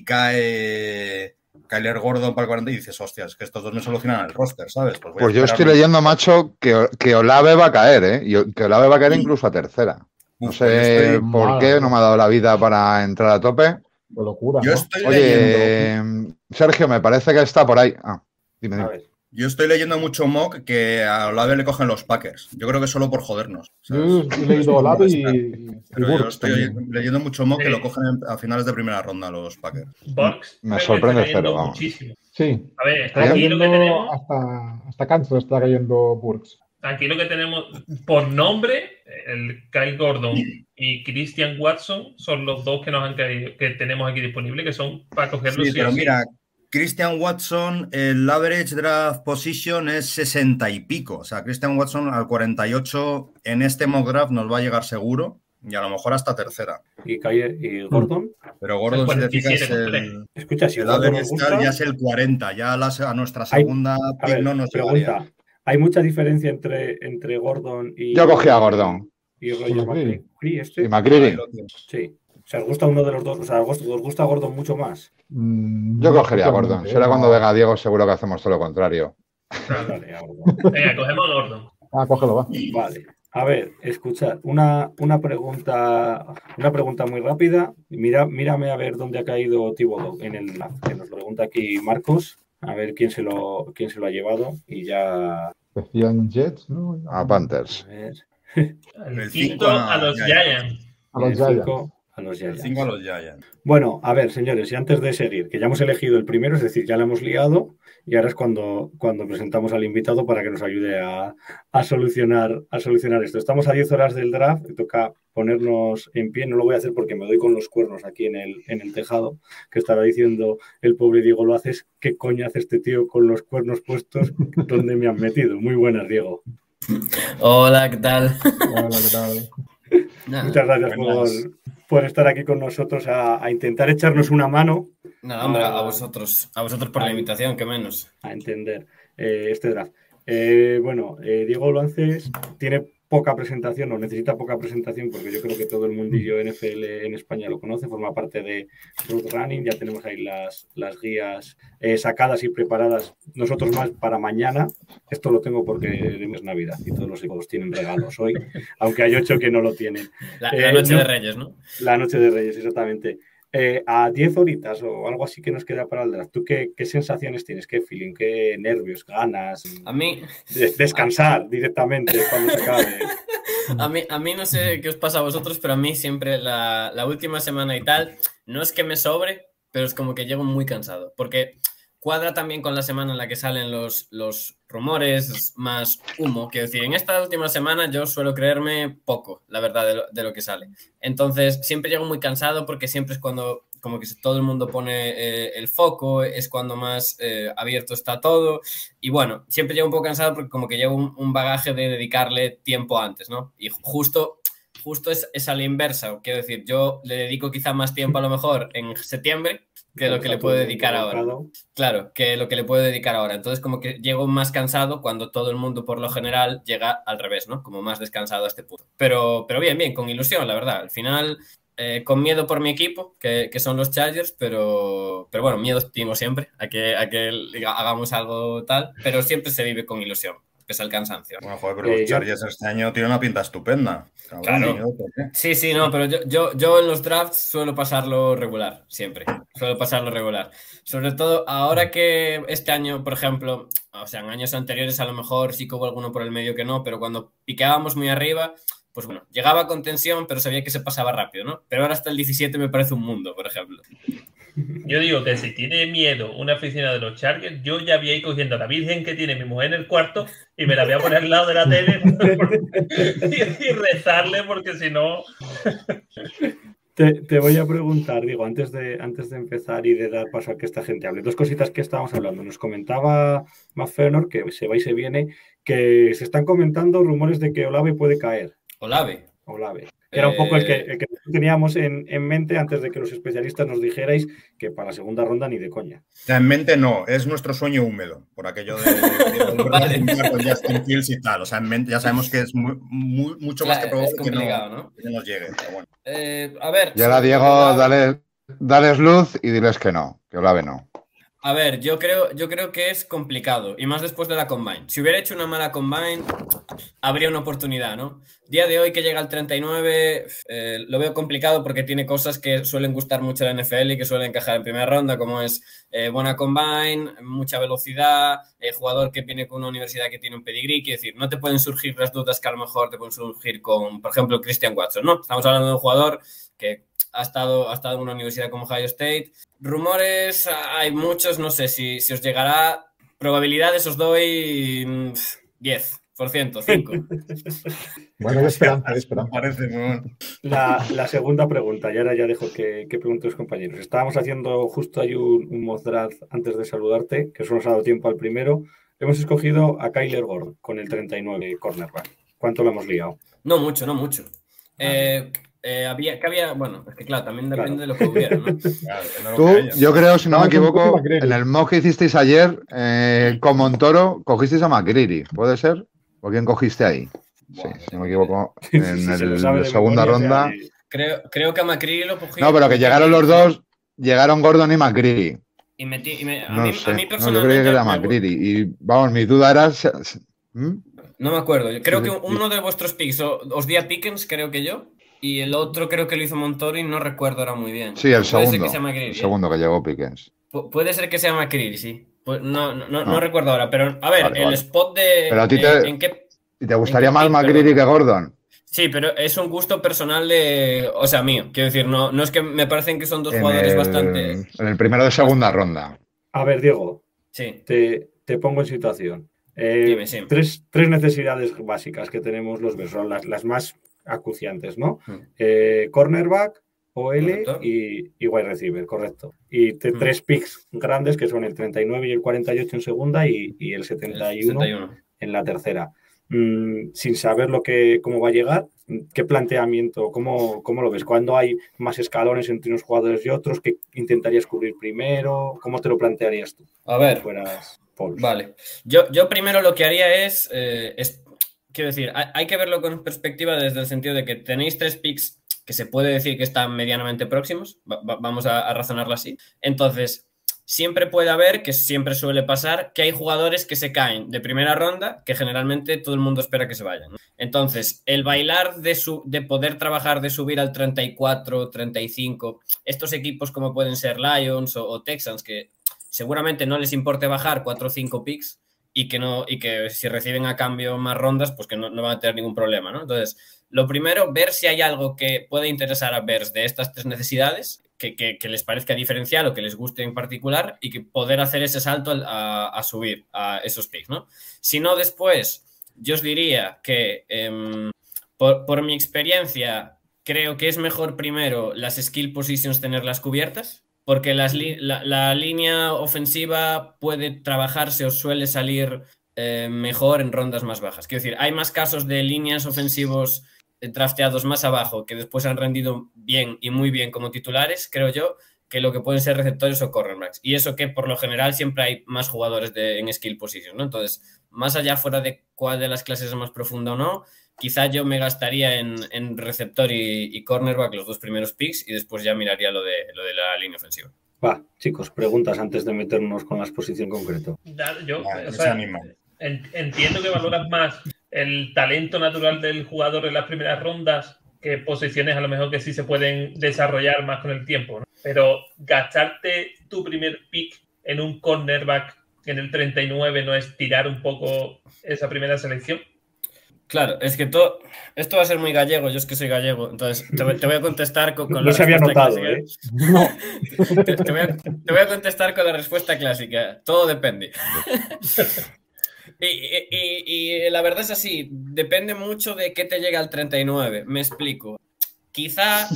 cae Kyler Gordon para el cuarenta y dices, hostias, que estos dos me solucionan el roster, ¿sabes? Pues, voy a Pues yo estoy esperarme. leyendo, macho, que, que Olave va a caer, ¿eh? Y que Olave va a caer incluso a tercera. No Uf, pues yo sé estoy- por Madre qué, mía. no me ha dado la vida para entrar a tope. Qué locura, Yo ¿no? estoy leyendo, Oye, Sergio, me parece que está por ahí. Ah, dime, A dime. ver, yo estoy leyendo mucho mock que a Olave le cogen los Packers. Yo creo que solo por jodernos. ¿sabes? Yo he leído Olave y, y Pero yo Burks estoy también. leyendo mucho mock que Sí. lo cogen en- a finales de primera ronda los Packers. Bucks Me creo que sorprende está cayendo cero, vamos. muchísimo. Sí, A ver, está aquí cayendo lo que tenemos, hasta, hasta Kansas está cayendo Burks. aquí lo que tenemos por nombre, el Kyle Gordon y Christian Watson son los dos que nos han caído, que tenemos aquí disponibles, que son para cogerlos Sí, sí pero o sí. mira, Christian Watson, el average draft position es sesenta y pico. O sea, Christian Watson al cuarenta y ocho en este mock draft nos va a llegar seguro y a lo mejor hasta tercera. y, Kyler- y Gordon. Pero Gordon, si te cuarenta y siete fijas, con el, Escucha, si el Gordon average nos gusta, tal ya es el cuarenta. Ya a, la- a nuestra Hay- segunda a pick ver, no nos pregunta, llegaría. ¿hay mucha diferencia entre, entre Gordon y... Yo cogí a Gordon. Y Roger Con McCreary. McCreary, este? Y McCreary. Ahí lo tienes. Sí. O sea, ¿os gusta uno de los dos? O sea, ¿os os gusta Gordon mucho más? Mm, Yo no cogería a Gordon. especialmente, Será ¿eh? cuando No. venga Diego, seguro que hacemos todo lo contrario. Vale, a Gordon. Venga, cogemos a Gordon. Ah, cógelo, va. Vale. A ver, escuchad, una, una pregunta una pregunta muy rápida. Mira, mírame a ver dónde ha caído Thibodeau en el que nos lo pregunta aquí Marcos, a ver quién se lo quién se lo ha llevado y ya Decían Jets, ¿no? A Panthers. a ver, El El quinto cinco a a los Giants. Giants. A los el Giants. cinco a los El Giants. cinco a los Giants. Bueno, a ver, señores, y antes de seguir, que ya hemos elegido el primero, es decir, ya lo hemos liado, y ahora es cuando, cuando presentamos al invitado para que nos ayude a, a solucionar, a solucionar esto. Estamos a diez horas del draft, y toca ponernos en pie. No lo voy a hacer porque me doy con los cuernos aquí en el, en el tejado, que estará diciendo el pobre Diego, lo haces, ¿qué coño hace este tío con los cuernos puestos? ¿Dónde me han metido? Muy buenas, Diego. Hola, ¿qué tal? Hola, ¿qué tal? Nada, Muchas gracias por, buenas. por estar aquí con nosotros a, a intentar echarnos una mano nada, hombre, a Ah. vosotros, a vosotros por la Ahí. invitación, que menos. a entender eh, este draft. Eh, bueno, eh, Diego Lances tiene poca presentación o necesita poca presentación porque yo creo que todo el mundillo N F L en España lo conoce, forma parte de Route Running, ya tenemos ahí las, las guías eh, sacadas y preparadas, nosotros más para mañana. Esto lo tengo porque es Navidad y todos los hijos tienen regalos hoy, aunque hay ocho que no lo tienen. La, Eh, la noche no. de Reyes, ¿no? La noche de Reyes, exactamente. Eh, a diez horitas o algo así que nos queda para el draft, ¿tú qué, qué sensaciones tienes? ¿Qué feeling? ¿Qué nervios? ¿Ganas? A mí, De- descansar directamente cuando se acabe. a mí, a mí no sé qué os pasa a vosotros, pero a mí siempre la, la última semana y tal, no es que me sobre, pero es como que llego muy cansado, porque cuadra también con la semana en la que salen los, los rumores, es más humo. Quiero decir, en esta última semana yo suelo creerme poco, la verdad, de lo, de lo que sale. Entonces, siempre llego muy cansado porque siempre es cuando como que todo el mundo pone eh, el foco, es cuando más eh, abierto está todo. Y bueno, siempre llego un poco cansado porque como que llevo un, un bagaje de dedicarle tiempo antes, ¿no? Y justo... Justo es, es a la inversa, quiero decir, yo le dedico quizá más tiempo a lo mejor en septiembre que lo que le puedo dedicar ahora. Claro, que lo que le puedo dedicar ahora. Entonces como que llego más cansado cuando todo el mundo por lo general llega al revés, ¿no? Como más descansado a este punto. Pero, pero bien, bien, con ilusión, la verdad. Al final, eh, con miedo por mi equipo, que, que son los Chargers, pero, pero bueno, miedo tengo siempre a que, a que hagamos algo tal, pero siempre se vive con ilusión. Que es el cansancio. Bueno, joder, pero Eh, los yo- Chargers este año tienen una pinta estupenda. Cabrón, Claro. miedo, ¿por qué? Sí, sí, no, pero yo, yo, yo en los drafts suelo pasarlo regular, siempre. Suelo pasarlo regular. Sobre todo ahora que este año, por ejemplo, o sea, en años anteriores a lo mejor sí que hubo alguno por el medio que no, pero cuando piqueábamos muy arriba, pues bueno, llegaba con tensión, pero sabía que se pasaba rápido, ¿no? Pero ahora hasta el diecisiete me parece un mundo, por ejemplo. Yo digo que si tiene miedo una oficina de los Chargers, yo ya voy a ir cogiendo a la virgen que tiene mi mujer en el cuarto y me la voy a poner al lado de la tele y, y rezarle porque si no... Te, te voy a preguntar, digo, antes de, antes de empezar y de dar paso a que esta gente hable, dos cositas que estábamos hablando. Nos comentaba McFenor, que se va y se viene, que se están comentando rumores de que Olave puede caer. Olave. Olave. Era un poco el que, Eh, el que teníamos en, en mente antes de que los especialistas nos dijerais que para la segunda ronda ni de coña. O sea, en mente no, es nuestro sueño húmedo, por aquello de, de volver a Vale. juntar con Justin Fields y tal. O sea, en mente ya sabemos que es muy, muy- mucho más que Claro, probable es que no, complicado, ¿no? que no nos llegue. Pero bueno. Eh, a ver. Y ahora, sobre Diego, Olave- dale, dales luz y diles que no, que Olave no. A ver, yo creo, yo creo que es complicado, y más después de la Combine. Si hubiera hecho una mala Combine, habría una oportunidad, ¿no? Día de hoy que llega al treinta y nueve, eh, lo veo complicado porque tiene cosas que suelen gustar mucho a la N F L y que suelen encajar en primera ronda, como es eh, buena Combine, mucha velocidad, eh, jugador que viene con una universidad que tiene un pedigrí, quiere decir, no te pueden surgir las dudas que a lo mejor te pueden surgir con, por ejemplo, Christian Watson, ¿no? Estamos hablando de un jugador que ha estado, ha estado en una universidad como Ohio State. Rumores hay muchos, no sé si, si os llegará. Probabilidades os doy mm, diez por ciento, cinco. Bueno, hay esperanza, hay esperanza. Parece muy bueno. La, la segunda pregunta, y ahora ya dejo que, que pregunten los compañeros. Estábamos haciendo justo ahí un, un mock draft antes de saludarte, que solo nos ha dado tiempo al primero. Hemos escogido a Kyler Gordon con el treinta y nueve cornerback. ¿Cuánto lo hemos liado? No mucho, no mucho. Eh, eh, había, que había, bueno, es que claro, también depende Claro. de lo que hubiera, ¿no? Claro, que no lo Tú, que haya. yo creo, si no me Vamos un poco equivoco, McCreary. en el mock que hicisteis ayer eh, con Montoro, cogisteis a McCreary, ¿puede ser? ¿O quién cogiste ahí? Sí, Buah, si no me equivoco, Sí, en sí, se lo el- sabe la de segunda memoria, o sea, ronda. y- Creo, creo que a McCreary lo cogí. No, pero que llegaron los dos, llegaron Gordon y McCreary. Y metí, y me- a, No mí, sé, a mí no, yo personalmente. creía que era me- McCreary. Y vamos, mi duda era. si- si- ¿Mm? No me acuerdo. Yo creo Sí, que sí. uno de vuestros picks o- os di a Pickens, creo que yo. Y el otro creo que lo hizo Montori, no recuerdo ahora muy bien. Sí, el Puede ser segundo. que sea McCreary, El ¿eh? segundo que llegó Pickens. Pu- puede ser que sea McCreary, sí. Pues no, no, no, no No. recuerdo ahora. Pero a ver, Vale, el vale. spot de. Pero a ti eh, te- ¿en qué? ¿Y te gustaría ¿En qué más pick, McCreary perdón? que Gordon? Sí, pero es un gusto personal de. O sea, mío. Quiero decir, no, no es que me parecen que son dos En jugadores el, bastante. en el primero de segunda ronda. A ver, Diego, Sí. te, te pongo en situación. Eh, Dime, sí. tres, tres necesidades básicas que tenemos los Bears, son las, las más acuciantes, ¿no? Mm. Eh, cornerback, O L Correcto. y, y wide receiver, correcto. Y te- Mm. tres picks grandes que son el treinta y nueve y el cuarenta y ocho en segunda y, y el setenta y uno setenta y uno. en la tercera. Mm, sin saber lo que, cómo va a llegar, ¿qué planteamiento, cómo, cómo lo ves? ¿Cuándo hay más escalones entre unos jugadores y otros? ¿Qué intentarías cubrir primero? ¿Cómo te lo plantearías tú? A ver. Si fueras Paul. Vale. Yo, yo primero lo que haría es, eh, es- quiero decir, hay, hay que verlo con perspectiva desde el sentido de que tenéis tres picks que se puede decir que están medianamente próximos, va- va- vamos a, a razonarlo así. Entonces, siempre puede haber, que siempre suele pasar, que hay jugadores que se caen de primera ronda, que generalmente todo el mundo espera que se vayan, ¿no? Entonces, el bailar de, su, de poder trabajar, de subir al treinta y cuatro, treinta y cinco, estos equipos como pueden ser Lions o, o Texans, que seguramente no les importe bajar cuatro o cinco picks y que, no, y que si reciben a cambio más rondas, pues que no, no van a tener ningún problema, ¿no? Entonces, lo primero, ver si hay algo que puede interesar a Bears de estas tres necesidades, que, que, que les parezca diferencial o que les guste en particular y que poder hacer ese salto a, a subir a esos picks, ¿no? Si no, después, yo os diría que eh, por, por mi experiencia, creo que es mejor primero las skill positions tenerlas cubiertas, porque las li- la, la línea ofensiva puede trabajarse o suele salir eh, mejor en rondas más bajas. Quiero decir, hay más casos de líneas ofensivos drafteados más abajo que después han rendido bien y muy bien como titulares, creo yo, que lo que pueden ser receptores o cornerbacks. Y eso que por lo general siempre hay más jugadores de, en skill position, ¿no? Entonces, más allá fuera de cuál de las clases es más profunda o no, quizá yo me gastaría en, en receptor y, y cornerback los dos primeros picks y después ya miraría lo de, lo de la línea ofensiva. Va, chicos, preguntas antes de meternos con la exposición concreto. Da- Yo, Vale, o se sea, anima. en- entiendo que valoras más el talento natural del jugador en las primeras rondas que posiciones a lo mejor que sí se pueden desarrollar más con el tiempo, ¿no? Pero gastarte tu primer pick en un cornerback en el treinta y nueve no es tirar un poco esa primera selección. Claro, es que todo, esto va a ser muy gallego, yo es que soy gallego, entonces te, voy- te voy a contestar con, con No la se había respuesta notado, clásica. ¿eh? No. Te, te voy a, te voy a contestar con la respuesta clásica. Todo depende. y, y- y- y la verdad es así. Depende mucho de qué te llega al treinta y nueve. Me explico. quizá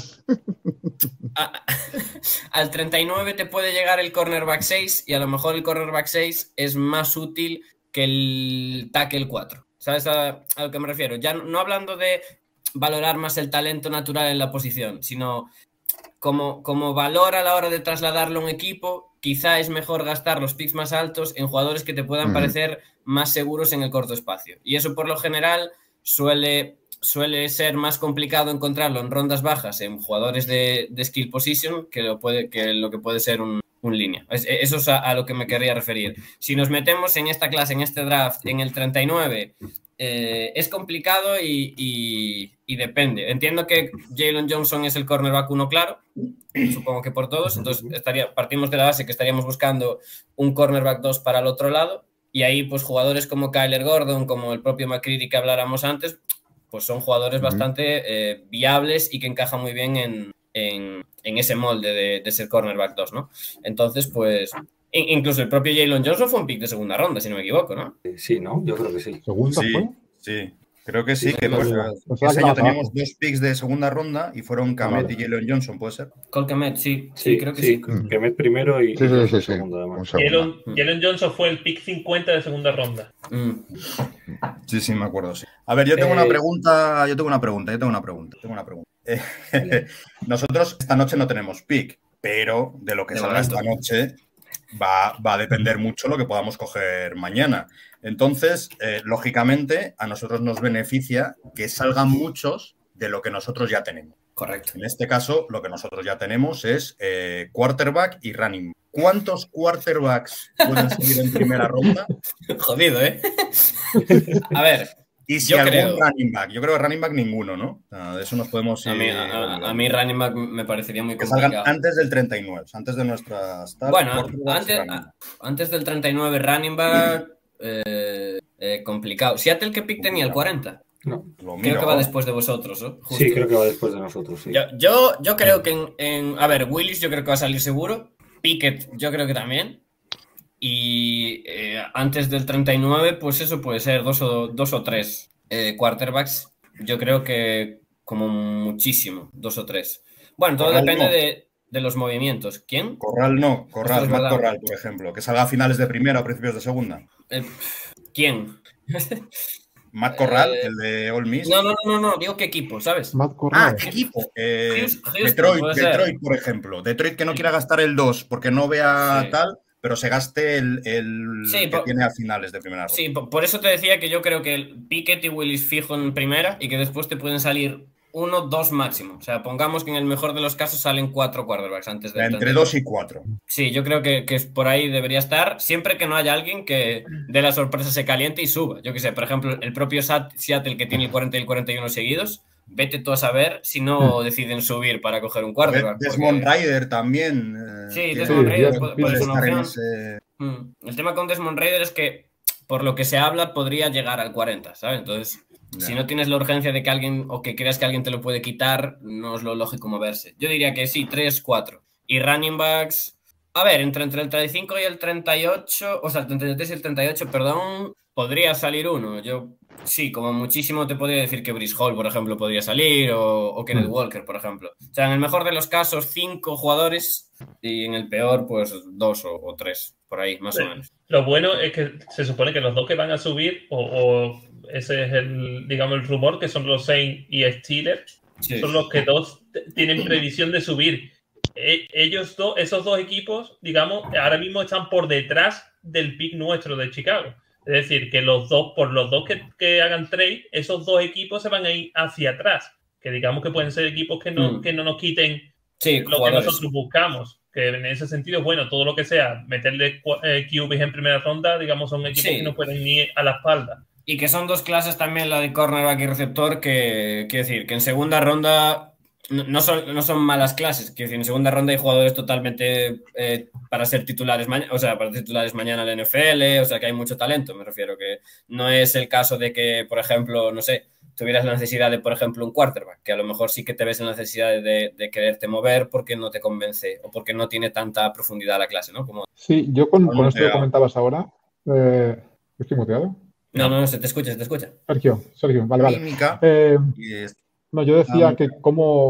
a, al treinta y nueve te puede llegar el cornerback seis y a lo mejor el cornerback seis es más útil que el tackle cuatro. ¿Sabes a, a lo que me refiero? Ya no, no hablando de valorar más el talento natural en la posición, sino como, como valor a la hora de trasladarlo a un equipo, quizá es mejor gastar los picks más altos en jugadores que te puedan mm. parecer más seguros en el corto espacio. Y eso por lo general suele, suele ser más complicado encontrarlo en rondas bajas en jugadores de, de skill position que lo, puede, que lo que puede ser un, un línea. Es, eso es a, a lo que me querría referir. Si nos metemos en esta clase, en este draft, en el treinta y nueve, eh, es complicado y, y, y depende. Entiendo que Jalen Johnson es el cornerback uno claro, supongo que por todos, entonces estaría, partimos de la base que estaríamos buscando un cornerback dos para el otro lado, y ahí pues jugadores como Kyler Gordon, como el propio McCreary que habláramos antes, pues son jugadores uh-huh. bastante eh, viables y que encajan muy bien en, en, en ese molde de, de ser cornerback dos, ¿no? Entonces, pues, incluso el propio Jalen Johnson fue un pick de segunda ronda, si no me equivoco, ¿no? Sí, ¿no? Yo creo que sí. ¿Segunda sí, fue? Sí, creo que sí, sí que no, pues, no, no, ese no, año teníamos abajo. dos picks de segunda ronda y fueron Kmet vale. y Jalen Johnson, ¿puede ser? Col Kmet, sí, sí, sí, creo que sí. sí. Kmet primero y, sí, y sí, sí, sí. segundo, además. Jalen, Jalen Johnson fue el pick cincuenta de segunda ronda. Mm. Sí, sí, me acuerdo, sí. A ver, yo tengo Eh, una pregunta, yo tengo una pregunta, yo tengo una pregunta, tengo una pregunta. Eh, nosotros esta noche no tenemos pick, pero de lo que De salga momento. esta noche va, va a depender mucho lo que podamos coger mañana. Entonces, eh, lógicamente, a nosotros nos beneficia que salgan muchos de lo que nosotros ya tenemos. Correcto. En este caso, lo que nosotros ya tenemos es eh, quarterback y running back. ¿Cuántos quarterbacks pueden salir en primera ronda? Jodido, ¿eh? A ver, Y si yo algún creo... running back. Yo creo que running back ninguno, ¿no? O sea, de eso nos podemos ir... A mí, a, a mí running back me parecería muy que complicado. salgan antes del treinta y nueve, antes de nuestras... Bueno, antes, antes del treinta y nueve running back, eh, eh, complicado. Seattle, ¿qué pick tenía? ¿El cuarenta? No. Lo Creo miro, que va ¿no? después de vosotros, ¿no? Justo. Sí, creo que va después de nosotros, sí. Yo, yo, yo creo que en, en... A ver, Willis yo creo que va a salir seguro. Pickett yo creo que también. Y eh, antes del treinta y nueve, pues eso puede ser dos o, dos o tres eh, quarterbacks. Yo creo que como muchísimo, dos o tres. Bueno, todo Corral depende no. de, de los movimientos. ¿Quién? Corral no, Corral, Esto es Matt verdad. Corral, por ejemplo, que salga a finales de primera o principios de segunda. Eh, ¿Quién? Matt Corral, Eh, el de Ole Miss. No, no, no, no, digo qué equipo, ¿sabes? Matt Ah, Corral. ¿qué equipo? Eh, Houston, Detroit, puede ser. Detroit, por ejemplo. Detroit que no quiera gastar el dos porque no vea Sí. tal, pero se gaste el, el Sí, que por- tiene a finales de primera ronda. Sí, po- por eso te decía que yo creo que el Pickett y Willis fijo en primera y que después te pueden salir uno, dos máximo. O sea, pongamos que en el mejor de los casos salen cuatro quarterbacks antes de Entre dos y cuatro. Sí, yo creo que, que por ahí debería estar, siempre que no haya alguien que de la sorpresa se caliente y suba. Yo que sé, por ejemplo, el propio Sat- Seattle que tiene el cuarenta y el cuarenta y uno seguidos, vete tú a saber si no deciden subir para coger un quarterback. Desmond porque- Ryder también. eh, Sí, tiene- Desmond Sí, Raider ya- puede, sí, puede ser una estar en opción. ese- Mm. El tema con Desmond Raider es que, por lo que se habla, podría llegar al cuarenta, ¿sabes? Entonces, Ya. si no tienes la urgencia de que alguien, o que creas que alguien te lo puede quitar, no es lo lógico moverse. Yo diría que sí, tres, cuatro. Y running backs, a ver, entre, entre el treinta y cinco y el treinta y ocho, o sea, el treinta y tres y el treinta y ocho, perdón, podría salir uno. Yo, sí, como muchísimo te podría decir que Brice Hall, por ejemplo, podría salir, o, o Kenneth Mm. Walker, por ejemplo. O sea, en el mejor de los casos, cinco jugadores, y en el peor, pues dos o, o tres, por ahí, más Sí. o menos. Lo bueno es que se supone que los dos que van a subir, o, o ese es el, digamos, el rumor, que son los Saints y Steelers, Sí. son los que dos t- tienen previsión de subir. E- ellos dos, esos dos equipos, digamos, ahora mismo están por detrás del pick nuestro de Chicago. Es decir, que los dos, por los dos que, que hagan trade, esos dos equipos se van a ir hacia atrás. Que digamos que pueden ser equipos que no, Mm. que no nos quiten Sí, lo que jugadores. nosotros buscamos. Que en ese sentido, bueno, todo lo que sea, meterle cu- eh, Q Bs en primera ronda, digamos, son equipos Sí. que no pueden ir a la espalda. Y que son dos clases también, la de cornerback y receptor, que quiero decir, que en segunda ronda no, no son, no son malas clases. Quiero decir, en segunda ronda hay jugadores totalmente eh, para ser titulares, ma- o sea, para ser titulares mañana en la N F L, o sea, que hay mucho talento, me refiero, que no es el caso de que, por ejemplo, no sé, tuvieras la necesidad de, por ejemplo, un quarterback, que a lo mejor sí que te ves en la necesidad de, de quererte mover porque no te convence o porque no tiene tanta profundidad la clase, ¿no? Como... Sí, yo con, con esto que Muteado. comentabas ahora, eh, ¿estoy muteado? No, no, no, se te escucha, se te escucha. Sergio, Sergio, vale, vale. Química. Eh, Y es- no, yo decía Ah, que cómo,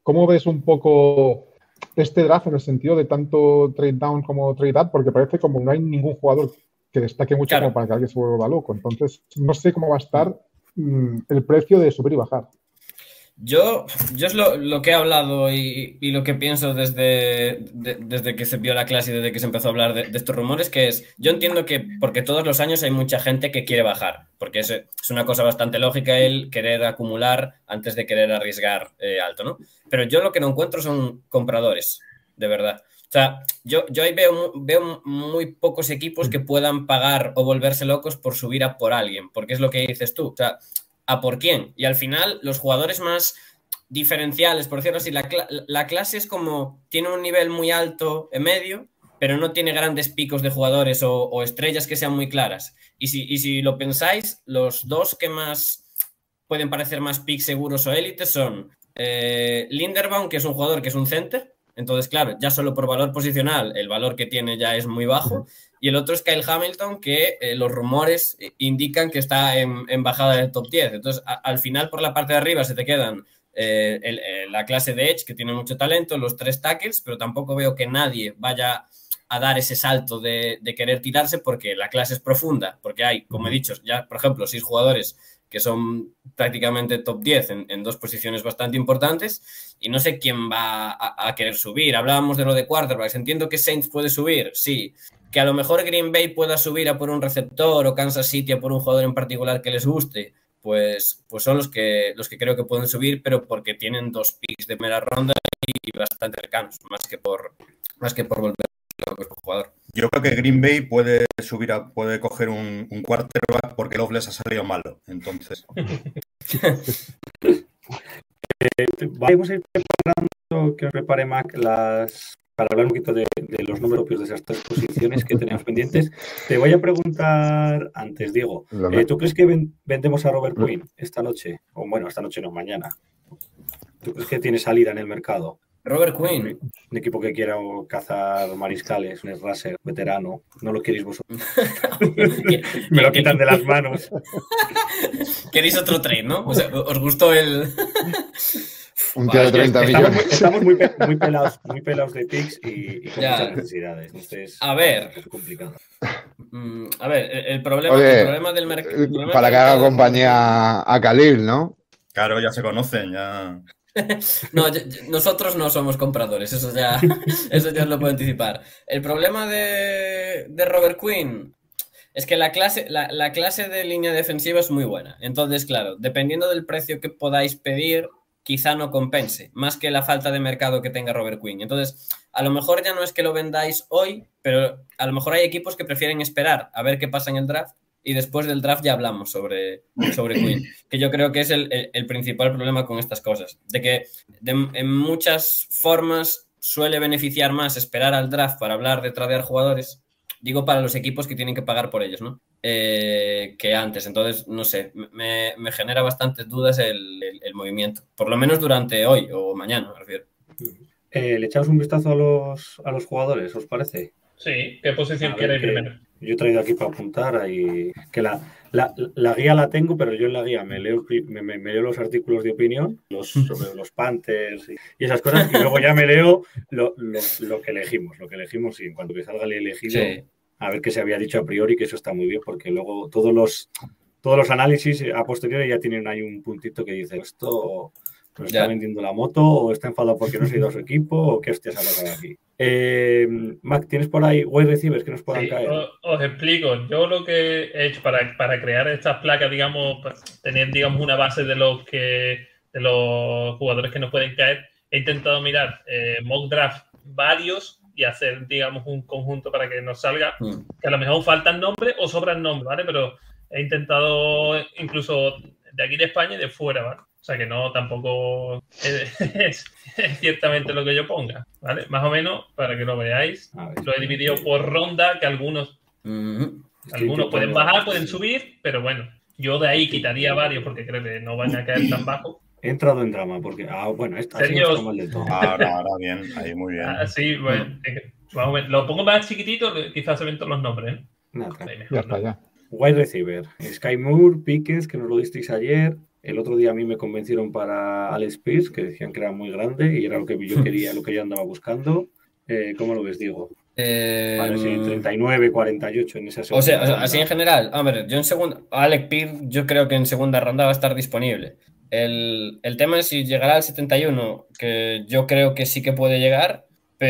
¿cómo ves un poco este draft en el sentido de tanto trade down como trade up? Porque parece como no hay ningún jugador que destaque mucho Claro. como para que alguien se vuelva loco. Entonces, no sé cómo va a estar mm, el precio de subir y bajar. Yo, yo es lo, lo que he hablado y, y lo que pienso desde, de- desde que se vio la clase y desde que se empezó a hablar de, de estos rumores, que es, yo entiendo que porque todos los años hay mucha gente que quiere bajar, porque es, es una cosa bastante lógica el querer acumular antes de querer arriesgar eh, alto, ¿no? Pero yo lo que no encuentro son compradores, de verdad. O sea, yo, yo ahí veo, mu- veo muy pocos equipos que puedan pagar o volverse locos por subir a por alguien, porque es lo que dices tú. O sea, ¿a por quién? Y al final, los jugadores más diferenciales, por decirlo así, la, cla- la clase es como, tiene un nivel muy alto en medio, pero no tiene grandes picos de jugadores o, o estrellas que sean muy claras. Y si, y si lo pensáis, los dos que más pueden parecer más picks seguros o élites son eh, Linderbaum, que es un jugador que es un center, entonces claro, ya solo por valor posicional, el valor que tiene ya es muy bajo, y el otro es Kyle Hamilton, que eh, los rumores indican que está en, en bajada del top diez, entonces a, al final por la parte de arriba se te quedan eh, el, eh, la clase de Edge, que tiene mucho talento, los tres tackles, pero tampoco veo que nadie vaya a dar ese salto de, de querer tirarse, porque la clase es profunda, porque hay, como he dicho, ya por ejemplo, seis jugadores que son prácticamente top diez en, en dos posiciones bastante importantes, y no sé quién va a, a querer subir. Hablábamos de lo de quarterbacks, entiendo que Saints puede subir, sí, que a lo mejor Green Bay pueda subir a por un receptor o Kansas City a por un jugador en particular que les guste, pues, pues son los que, los que creo que pueden subir, pero porque tienen dos picks de primera ronda y bastante cercanos, más que por, más que por volver locos por jugador. Yo creo que Green Bay puede subir a, puede coger un, un quarterback porque Loveless ha salido malo. Entonces. eh, vamos a ir preparando, que nos prepare Mac las para hablar un poquito de, de los números propios de esas tres posiciones que tenemos pendientes. Te voy a preguntar antes, Diego, eh, ¿tú crees que ven, vendemos a Robert Quinn esta noche? O bueno, esta noche no, mañana. ¿Tú crees que tiene salida en el mercado? Robert Quinn. Un, un equipo que quiera cazar mariscales, un raser veterano. No lo queréis vosotros. Me lo quitan de las manos. Queréis otro trade, ¿no? O sea, ¿os gustó el...? Un tío de treinta estamos millones. Muy, estamos muy, pe muy, pelados, muy pelados de picks y, y con ya. muchas necesidades. Entonces, a ver. Es complicado. Mm, a ver, el, el, problema, Oye, el problema del mercado... Para que haga compañía a Khalil, ¿no? Claro, ya se conocen, ya... No, nosotros no somos compradores, eso ya, eso ya os lo puedo anticipar. El problema de, de Robert Quinn es que la clase, la, la clase de línea defensiva es muy buena. Entonces, claro, dependiendo del precio que podáis pedir, quizá no compense, más que la falta de mercado que tenga Robert Quinn. Entonces, a lo mejor ya no es que lo vendáis hoy, pero a lo mejor hay equipos que prefieren esperar a ver qué pasa en el draft, y después del draft ya hablamos sobre, sobre Quinn, que yo creo que es el, el, el principal problema con estas cosas, de que de, en muchas formas suele beneficiar más esperar al draft para hablar de tradear jugadores, digo para los equipos que tienen que pagar por ellos, ¿no? Eh, que antes. Entonces, no sé, me, me genera bastantes dudas el, el, el movimiento, por lo menos durante hoy o mañana, me refiero. Eh, ¿Le echamos un vistazo a los, a los jugadores, os parece? Sí, ¿qué posición queréis primero? Yo he traído aquí para apuntar ahí, que la, la, la guía la tengo, pero yo en la guía me leo, me, me, me leo los artículos de opinión los, sobre los Panthers y, y esas cosas, y luego ya me leo lo, lo, lo que elegimos, lo que elegimos, y en cuanto que salga el elegido, sí. A ver qué se había dicho a priori, que eso está muy bien, porque luego todos los, todos los análisis a posteriori ya tienen ahí un puntito que dice, esto nos está ya. vendiendo la moto, o está enfadado porque no se ha ido a su equipo, o qué hostias ha pasado aquí. Eh, Mac, ¿tienes por ahí wide receivers que nos puedan sí, caer? Os, os explico. Yo lo que he hecho para, para crear estas placas, digamos, para tener, digamos, una base de los que de los jugadores que nos pueden caer, he intentado mirar eh, mock draft varios y hacer, digamos, un conjunto para que nos salga, mm. que a lo mejor faltan nombres o sobran nombres, ¿vale? Pero he intentado incluso de aquí de España y de fuera, ¿vale? O sea que no, tampoco es, es, es ciertamente lo que yo ponga, ¿vale? Más o menos, para que lo veáis, lo he dividido por ronda, que algunos, mm-hmm. algunos pueden bajar, pueden subir, pero bueno, yo de ahí quitaría varios porque creo que no van a caer tan bajo. He entrado en drama porque, ah, bueno, esta sí no está mal del todo. Ahora, ahora bien, ahí muy bien. Ah, sí, bueno, mm. lo pongo más chiquitito, quizás se ven todos los nombres, ¿eh? Nada, mejor, ya está, ¿no? Ya. Wide receiver, Sky Moore, Pickens, que nos lo disteis ayer, El otro día a mí me convencieron para Alex Pierce, que decían que era muy grande y era lo que yo quería, lo que yo andaba buscando. Eh, ¿Cómo lo ves, Diego? Eh, Vale, sí, treinta y nueve, cuarenta y ocho en esa segunda o sea, o sea, ronda. así en general, a ver, yo en segunda, Alec Pierce, yo creo que en segunda ronda va a estar disponible. El, el tema es si llegará al setenta y uno, que yo creo que sí que puede llegar,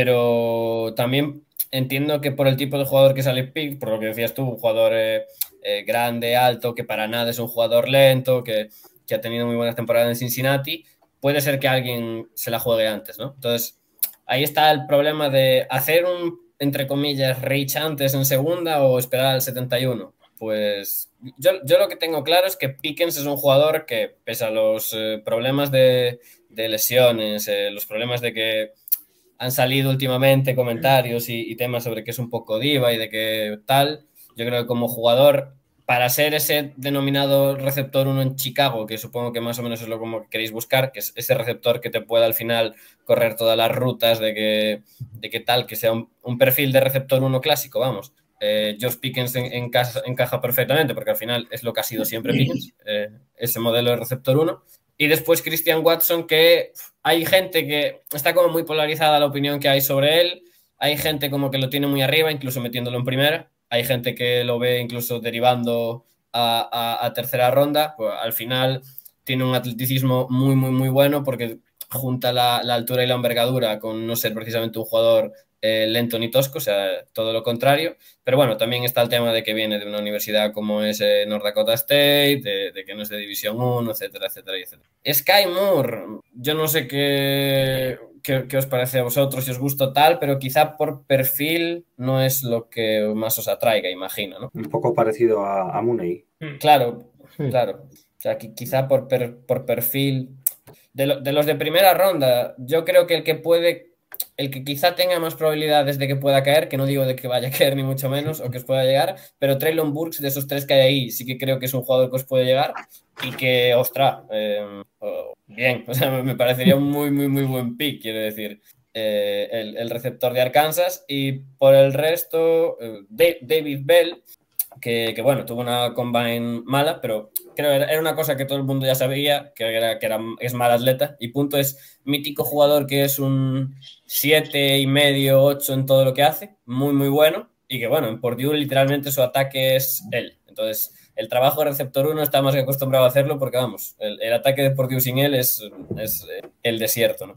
pero también entiendo que por el tipo de jugador que es Alec Pierce, por lo que decías tú, un jugador eh, eh, grande, alto, que para nada es un jugador lento, que, que ha tenido muy buenas temporadas en Cincinnati, puede ser que alguien se la juegue antes, ¿no? Entonces, ahí está el problema de hacer un, entre comillas, reach antes en segunda o esperar al setenta y uno. Pues yo, yo lo que tengo claro es que Pickens es un jugador que, pese a los eh, problemas de, de lesiones, eh, los problemas de que han salido últimamente comentarios y, y temas sobre que es un poco diva y de que tal, yo creo que como jugador, para ser ese denominado receptor uno en Chicago, que supongo que más o menos es lo como que queréis buscar, que es ese receptor que te pueda al final correr todas las rutas, de que, de que tal, que sea un, un perfil de receptor uno clásico, vamos. Eh, George Pickens en, en casa, encaja perfectamente, porque al final es lo que ha sido siempre Pickens, eh, ese modelo de receptor uno. Y después Christian Watson, que hay gente que está como muy polarizada la opinión que hay sobre él, hay gente como que lo tiene muy arriba, incluso metiéndolo en primera, hay gente que lo ve incluso derivando a, a, a tercera ronda. Pues al final tiene un atleticismo muy, muy, muy bueno, porque junta la, la altura y la envergadura con no ser precisamente un jugador eh, lento ni tosco, o sea, todo lo contrario. Pero bueno, también está el tema de que viene de una universidad como es eh, North Dakota State, de, de que no es de División uno, etcétera, etcétera, etcétera. Sky Moore, yo no sé qué, qué, qué os parece a vosotros, si os gusta tal, pero quizá por perfil no es lo que más os atraiga, imagino, ¿no? Un poco parecido a, a Mooney. Claro, Sí. claro. O sea, que quizá por, per, por perfil... De, lo, de los de primera ronda, yo creo que el que puede... El que quizá tenga más probabilidades de que pueda caer, que no digo de que vaya a caer ni mucho menos, o que os pueda llegar, pero Treylon Burks, de esos tres que hay ahí, sí que creo que es un jugador que os puede llegar y que, ostras, eh, oh, bien, o sea, me parecería un muy, muy, muy buen pick, quiero decir, eh, el, el receptor de Arkansas. Y por el resto, eh, David Bell, que, que bueno, tuvo una combine mala, pero creo que era una cosa que todo el mundo ya sabía, que, era, que era, es mal atleta, y punto, es mítico jugador que es un siete y medio, ocho en todo lo que hace, muy, muy bueno, y que bueno, en Purdue literalmente su ataque es él. Entonces, el trabajo de receptor uno está más que acostumbrado a hacerlo, porque vamos, el, el ataque de Purdue sin él es, es el desierto, ¿no?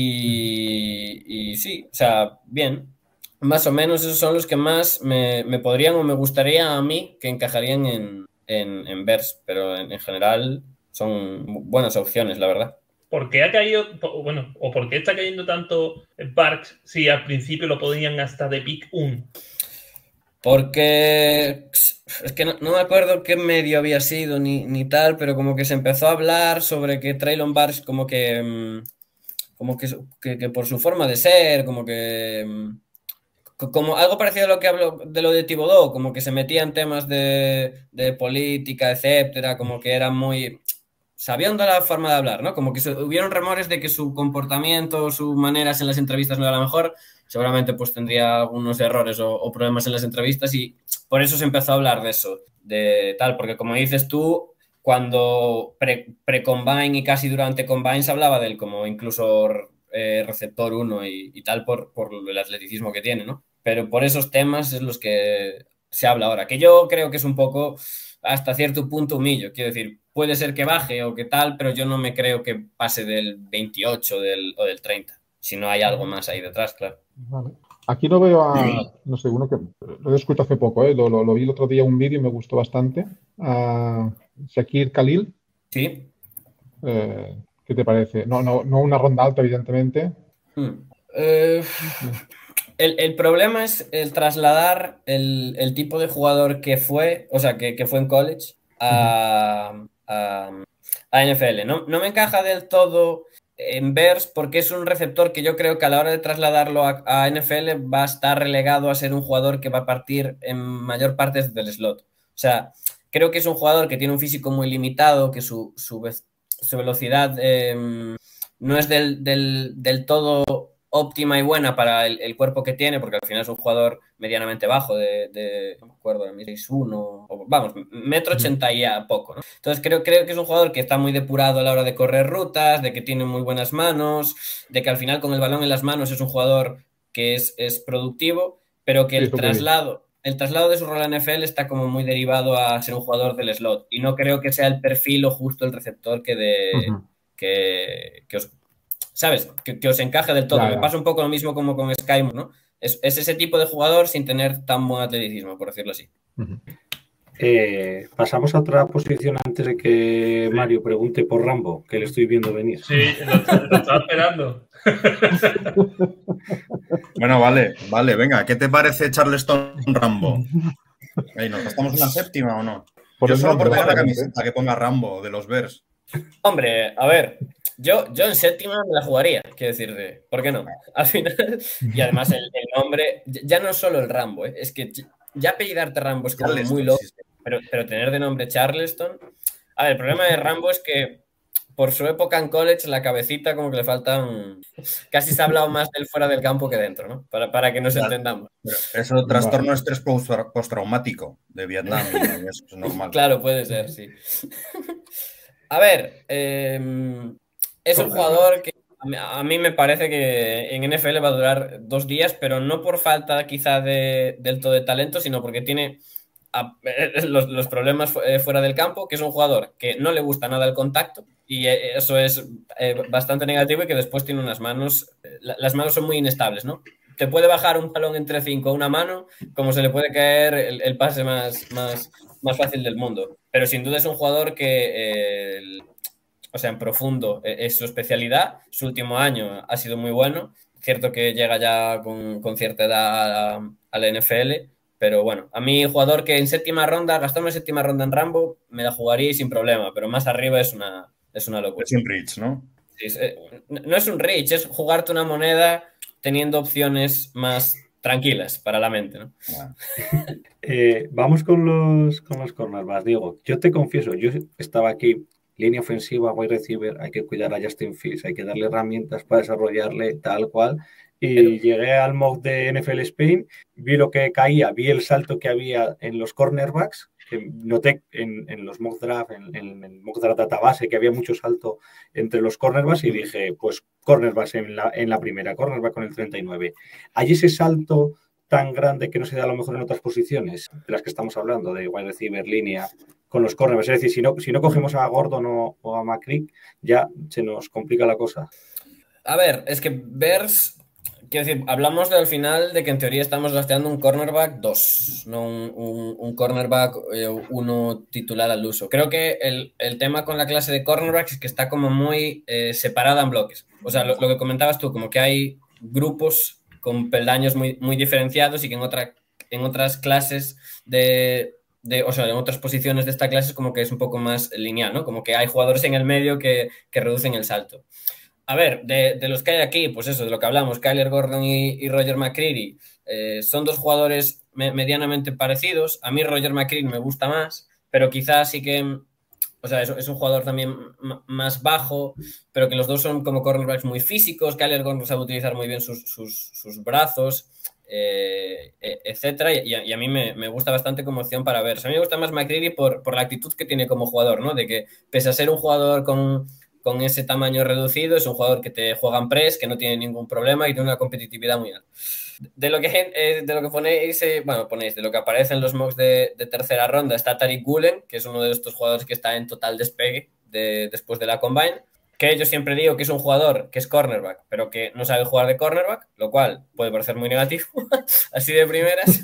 Y, y sí, o sea, bien. Más o menos esos son los que más me, me podrían o me gustaría a mí que encajarían en, en, en Bears, pero en, en general son buenas opciones, la verdad. ¿Por qué ha caído, bueno, o por qué está cayendo tanto Barks si al principio lo podían hasta de pick uno? Porque es que no, no me acuerdo qué medio había sido ni, ni tal, pero como que se empezó a hablar sobre que Treylon Burks como que, como que, que, que por su forma de ser, como que... Como algo parecido a lo que hablo de lo de Thibodeau, como que se metía en temas de, de política, etcétera, como que era muy... Sabían de la forma de hablar, ¿no? Como que hubieron rumores de que su comportamiento, sus maneras en las entrevistas no era la mejor. Seguramente pues tendría algunos errores o, o problemas en las entrevistas, y por eso se empezó a hablar de eso, de tal, porque como dices tú, cuando pre, pre-combine y casi durante combine se hablaba de él como incluso... Eh, receptor uno y, y tal por, por el atleticismo que tiene, ¿no? Pero por esos temas es los que se habla ahora, que yo creo que es un poco hasta cierto punto humillo, quiero decir, puede ser que baje o que tal, pero yo no me creo que pase del veintiocho del, o del treinta, si no hay algo más ahí detrás, claro. Vale. Aquí no veo a, no sé, uno que lo he descubierto hace poco, ¿eh? lo, lo, lo vi el otro día un vídeo y me gustó bastante, a Shakir Khalil. Sí. Eh, ¿Qué te parece? No, no, no una ronda alta, evidentemente. Hmm. Eh, el, el problema es el trasladar el, el tipo de jugador que fue, o sea, que, que fue en college a, a, a N F L. No, no me encaja del todo en Bears, porque es un receptor que yo creo que a la hora de trasladarlo a, a N F L va a estar relegado a ser un jugador que va a partir en mayor parte desde el slot. O sea, creo que es un jugador que tiene un físico muy limitado, que su, su, su velocidad eh, no es del, del, del todo óptima y buena para el, el cuerpo que tiene, porque al final es un jugador medianamente bajo, de, de no me acuerdo, de seis uno, o, vamos, metro ochenta y a poco, ¿no? Entonces creo, creo que es un jugador que está muy depurado a la hora de correr rutas, de que tiene muy buenas manos, de que al final con el balón en las manos es un jugador que es, es productivo, pero que el Sí, traslado, el traslado de su rol a N F L está como muy derivado a ser un jugador del slot, y no creo que sea el perfil o justo el receptor que, de, uh-huh. que, que os... ¿Sabes? Que, que os encaje del todo. Ya, ya. Me pasa un poco lo mismo como con Sky Moore, ¿no? Es, es ese tipo de jugador sin tener tan buen atleticismo, por decirlo así. Uh-huh. Eh, pasamos a otra posición antes de que sí. Mario pregunte por Rambo, que le estoy viendo venir. Sí, lo, lo estaba esperando. Bueno, vale, vale, venga, ¿qué te parece Charleston Rambo? Hey, ¿nos gastamos una séptima o no? Por Yo solo por ver la camiseta que ponga Rambo de los Bears. Hombre, a ver, yo, yo en séptima me la jugaría, quiero decirte, ¿por qué no? Al final, y además el, el nombre, ya no es solo el Rambo, ¿eh? Es que ya apellidarte Rambo es como Charleston, muy loco, sí, sí. Pero, pero tener de nombre Charleston... A ver, el problema de Rambo es que por su época en college, la cabecita como que le faltan... Casi se ha hablado más del fuera del campo que dentro, ¿no? Para, para que nos claro. entendamos. Eso es trastorno de estrés postraumático de Vietnam, y eso es normal. Claro, puede ser, sí. A ver, eh, es un jugador que a mí me parece que en N F L va a durar dos días, pero no por falta quizá de, del todo de talento, sino porque tiene a, los, los problemas fuera del campo, que es un jugador que no le gusta nada el contacto y eso es eh, bastante negativo y que después tiene unas manos, las manos son muy inestables, ¿no? Te puede bajar un balón entre cinco a una mano, como se le puede caer el, el pase más, más, más fácil del mundo. Pero sin duda es un jugador que, eh, el, o sea, en profundo es su especialidad. Su último año ha sido muy bueno. Cierto que llega ya con, con cierta edad a, a la N F L, pero bueno, a mí jugador que en séptima ronda, gastarme en séptima ronda en Rambo, me la jugaría sin problema, pero más arriba es una, es una locura. Es un reach, ¿no? Sí, es, no es un reach, es jugarte una moneda teniendo opciones más tranquilas para la mente, ¿no? Wow. eh, vamos con los, con los cornerbacks, Diego. Yo te confieso, yo estaba aquí, línea ofensiva, wide receiver, hay que cuidar a Justin Fields, hay que darle herramientas para desarrollarle tal cual. Y Pero... llegué al mock de N F L Spain, vi lo que caía, vi el salto que había en los cornerbacks, que noté en, en los mock draft, en, en el mock draft database, que había mucho salto entre los cornerbacks y dije, pues cornerbacks en la, en la primera, cornerback con el treinta y nueve. ¿Hay ese salto tan grande que no se da a lo mejor en otras posiciones de las que estamos hablando, de wide receiver, línea, con los cornerbacks? Es decir, si no, si no cogemos a Gordon o, o a McCrick, ya se nos complica la cosa. A ver, es que Bears... Quiero decir, hablamos del final de que en teoría estamos gasteando un cornerback dos, no un, un, un cornerback eh, uno titular al uso. Creo que el, el tema con la clase de cornerbacks es que está como muy eh, separada en bloques. O sea, lo, lo que comentabas tú, como que hay grupos con peldaños muy, muy diferenciados y que en, otra, en otras clases de, de... O sea, en otras posiciones de esta clase es como que es un poco más lineal, ¿no? Como que hay jugadores en el medio que, que reducen el salto. A ver, de, de los que hay aquí, pues eso, de lo que hablamos, Kyler Gordon y, y Roger McCreary, eh, son dos jugadores me, medianamente parecidos. A mí Roger McCreary me gusta más, pero quizás sí que, o sea, es, es un jugador también m- más bajo, pero que los dos son como cornerbacks muy físicos. Kyler Gordon sabe utilizar muy bien sus, sus, sus brazos, eh, etcétera, y, y a mí me, me gusta bastante como opción para ver. O sea, a mí me gusta más McCreary por, por la actitud que tiene como jugador, ¿no? De que pese a ser un jugador con... con ese tamaño reducido, es un jugador que te juega en press, que no tiene ningún problema y tiene una competitividad muy alta. De lo que, eh, de lo que ponéis, eh, bueno, ponéis, de lo que aparece en los mocks de, de tercera ronda, está Tariq Woolen, que es uno de estos jugadores que está en total despegue de, después de la Combine, que yo siempre digo que es un jugador que es cornerback, pero que no sabe jugar de cornerback, lo cual puede parecer muy negativo, así de primeras,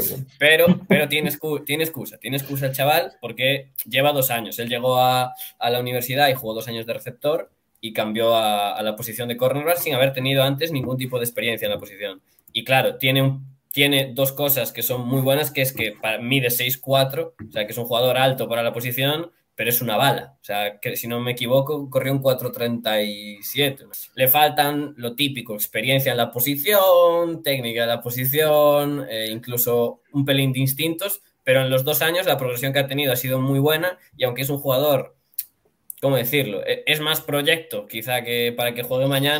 pero, pero tiene, excu- tiene excusa, tiene excusa el chaval, porque lleva dos años. Él llegó a, a la universidad y jugó dos años de receptor y cambió a, a la posición de cornerback sin haber tenido antes ningún tipo de experiencia en la posición. Y claro, tiene, un, tiene dos cosas que son muy buenas, que es que para, mide seis cuatro, o sea, que es un jugador alto para la posición, pero es una bala. O sea, que si no me equivoco, corrió un cuatro treinta y siete. Le faltan lo típico, experiencia en la posición, técnica en la posición, eh, incluso un pelín de instintos, pero en los dos años la progresión que ha tenido ha sido muy buena y aunque es un jugador, ¿cómo decirlo? Es más proyecto quizá que para que juegue mañana,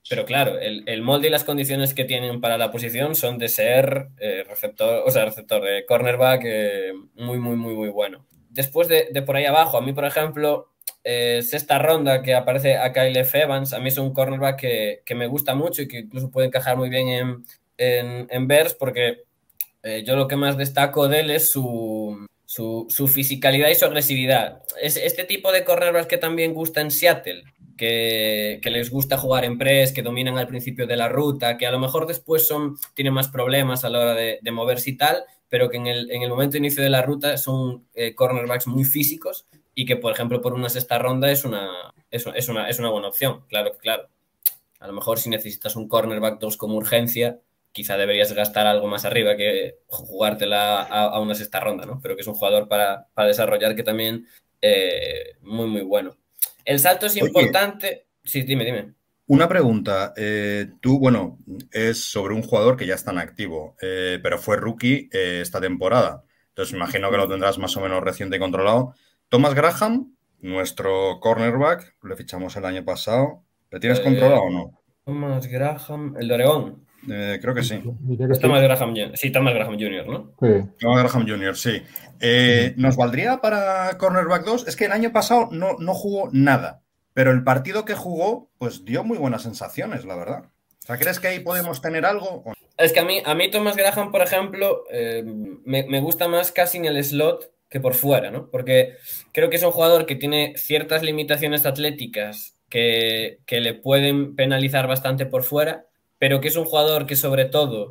pero claro, el, el molde y las condiciones que tienen para la posición son de ser eh, receptor, o sea, receptor de cornerback eh, muy, muy, muy, muy bueno. Después de, de por ahí abajo, a mí, por ejemplo, eh, sexta ronda que aparece a Kyle Evans, a mí es un cornerback que, que me gusta mucho y que incluso puede encajar muy bien en, en, en Bears, porque eh, yo lo que más destaco de él es su, su, su fisicalidad y su agresividad. Es este tipo de cornerbacks que también gusta en Seattle, que, que les gusta jugar en press, que dominan al principio de la ruta, que a lo mejor después son, tienen más problemas a la hora de, de moverse y tal, pero que en el, en el momento de inicio de la ruta son eh, cornerbacks muy físicos y que, por ejemplo, por una sexta ronda es una, es, es una, es una buena opción, claro que claro. A lo mejor si necesitas un cornerback dos como urgencia, quizá deberías gastar algo más arriba que jugártela a, a una sexta ronda, ¿no? Pero que es un jugador para, para desarrollar que también eh, muy, muy bueno. El salto es importante. Oye, sí, dime, dime. Una pregunta. Eh, tú, bueno, es sobre un jugador que ya está en activo, eh, pero fue rookie eh, esta temporada. Entonces, imagino que lo tendrás más o menos reciente y controlado. Thomas Graham, nuestro cornerback, lo fichamos el año pasado. ¿Le tienes eh, controlado o no? Thomas Graham, el de Oregón. Eh, creo que sí. Es Thomas Graham, sí, Thomas Graham junior, ¿no? Sí. Thomas Graham junior, sí. Eh, ¿Nos valdría para cornerback dos? Es que el año pasado no, no jugó nada, pero el partido que jugó, pues dio muy buenas sensaciones, la verdad. O sea, ¿crees que ahí podemos tener algo? ¿O no? Es que a mí, a mí Thomas Graham, por ejemplo, eh, me, me gusta más casi en el slot que por fuera, ¿no? Porque creo que es un jugador que tiene ciertas limitaciones atléticas que, que le pueden penalizar bastante por fuera, pero que es un jugador que sobre todo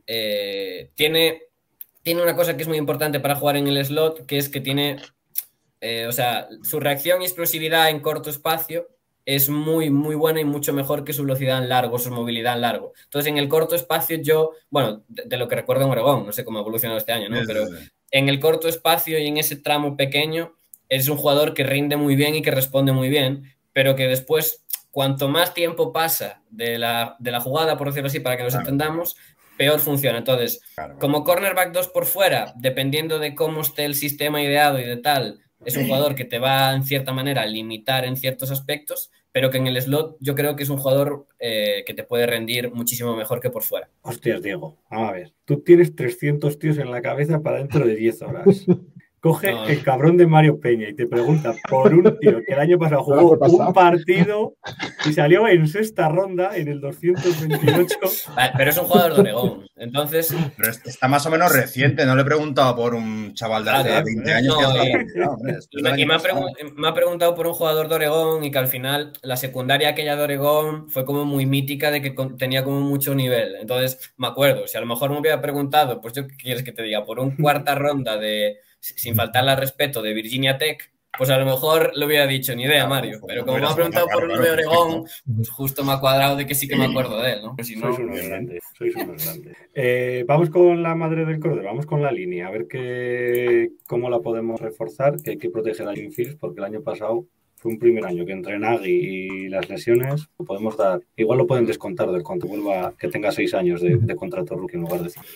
eh, tiene, tiene una cosa que es muy importante para jugar en el slot, que es que tiene, eh, o sea, su reacción y explosividad en corto espacio es muy, muy buena y mucho mejor que su velocidad en largo, su movilidad en largo. Entonces, en el corto espacio yo, bueno, de, de lo que recuerdo en Oregón, no sé cómo ha evolucionado este año, ¿no? Pero en el corto espacio y en ese tramo pequeño es un jugador que rinde muy bien y que responde muy bien, pero que después, cuanto más tiempo pasa de la, de la jugada, por decirlo así, para que nos claro. entendamos, peor funciona. Entonces, claro, claro. como cornerback dos por fuera, dependiendo de cómo esté el sistema ideado y de tal, es un jugador que te va, en cierta manera, a limitar en ciertos aspectos, pero que en el slot yo creo que es un jugador eh, que te puede rendir muchísimo mejor que por fuera. Hostias, Diego, vamos a ver. Tú tienes trescientos tíos en la cabeza para dentro de diez horas. Coge no. el cabrón de Mario Peña y te pregunta por un tío que el año pasado jugó un partido y salió en sexta ronda en el doscientos veintiocho. Vale, pero es un jugador de Oregón, entonces... Pero está más o menos reciente, no le he preguntado por un chaval de hace veinte años. No, que y, no, hombre, y me, ha me ha preguntado por un jugador de Oregón y que al final la secundaria aquella de Oregón fue como muy mítica de que tenía como mucho nivel. Entonces, me acuerdo, si a lo mejor me hubiera preguntado, pues yo qué quieres que te diga, por un cuarta ronda de... sin faltarle al respeto de Virginia Tech, pues a lo mejor lo hubiera dicho, ni idea, Mario. Pero como me ha preguntado por uno de Oregón, pues justo me ha cuadrado de que sí que me acuerdo de él, ¿no? Si no... Sois unos grandes, sois unos grandes. Eh, vamos con la madre del cordero, vamos con la línea, a ver qué, cómo la podemos reforzar, que hay que proteger a Jim Fields, porque el año pasado fue un primer año que entre Nagy y las lesiones lo podemos dar, igual lo pueden descontar del cuanto vuelva, que tenga seis años de, de contrato rookie en lugar de cinco.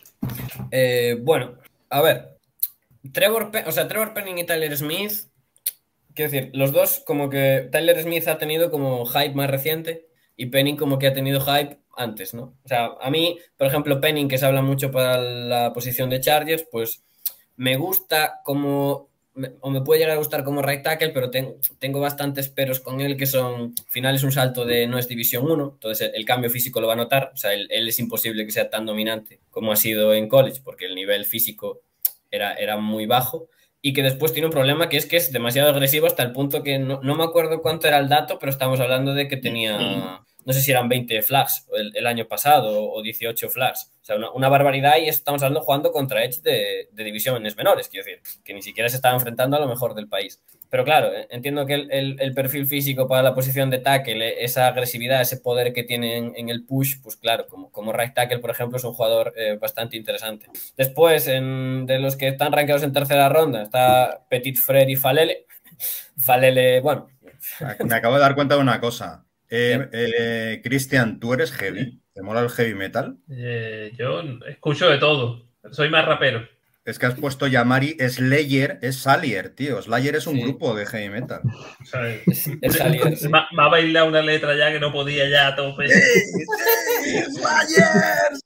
Eh, bueno, a ver, Trevor, Pe o sea, Trevor Penning y Tyler Smith, quiero decir, los dos como que Tyler Smith ha tenido como hype más reciente y Penning como que ha tenido hype antes, ¿no? O sea, a mí, por ejemplo, Penning, que se habla mucho para la posición de Chargers, pues me gusta como, o me puede llegar a gustar como right tackle, pero ten, tengo bastantes peros con él que son, al final es un salto de no es división uno, entonces el, el cambio físico lo va a notar, o sea, él, él es imposible que sea tan dominante como ha sido en college, porque el nivel físico Era, era muy bajo y que después tiene un problema que es que es demasiado agresivo hasta el punto que no, no me acuerdo cuánto era el dato, pero estamos hablando de que tenía, no sé si eran veinte flags el, el año pasado o dieciocho flags, o sea, una, una barbaridad, y estamos hablando jugando contra Edge de, de divisiones menores, quiero decir, que ni siquiera se estaba enfrentando a lo mejor del país. Pero claro, entiendo que el, el, el perfil físico para la posición de tackle, esa agresividad, ese poder que tiene en, en el push, pues claro, como, como right tackle, por ejemplo, es un jugador eh, bastante interesante. Después, en, de los que están rankeados en tercera ronda, está Petit Frere y Falele. Falele, bueno. Me acabo de dar cuenta de una cosa. Eh, eh, Cristian, ¿tú eres heavy? ¿Te mola el heavy metal? Eh, yo escucho de todo. Soy más rapero. Es que has puesto Yamari Slayer, es Slayer, tío. Slayer es un Sí. grupo de heavy metal. O sea, Es, es Salier, sí. me, me ha bailado una letra ya que no podía ya a tope. ¡Sí! ¡Sí! ¡Slayer!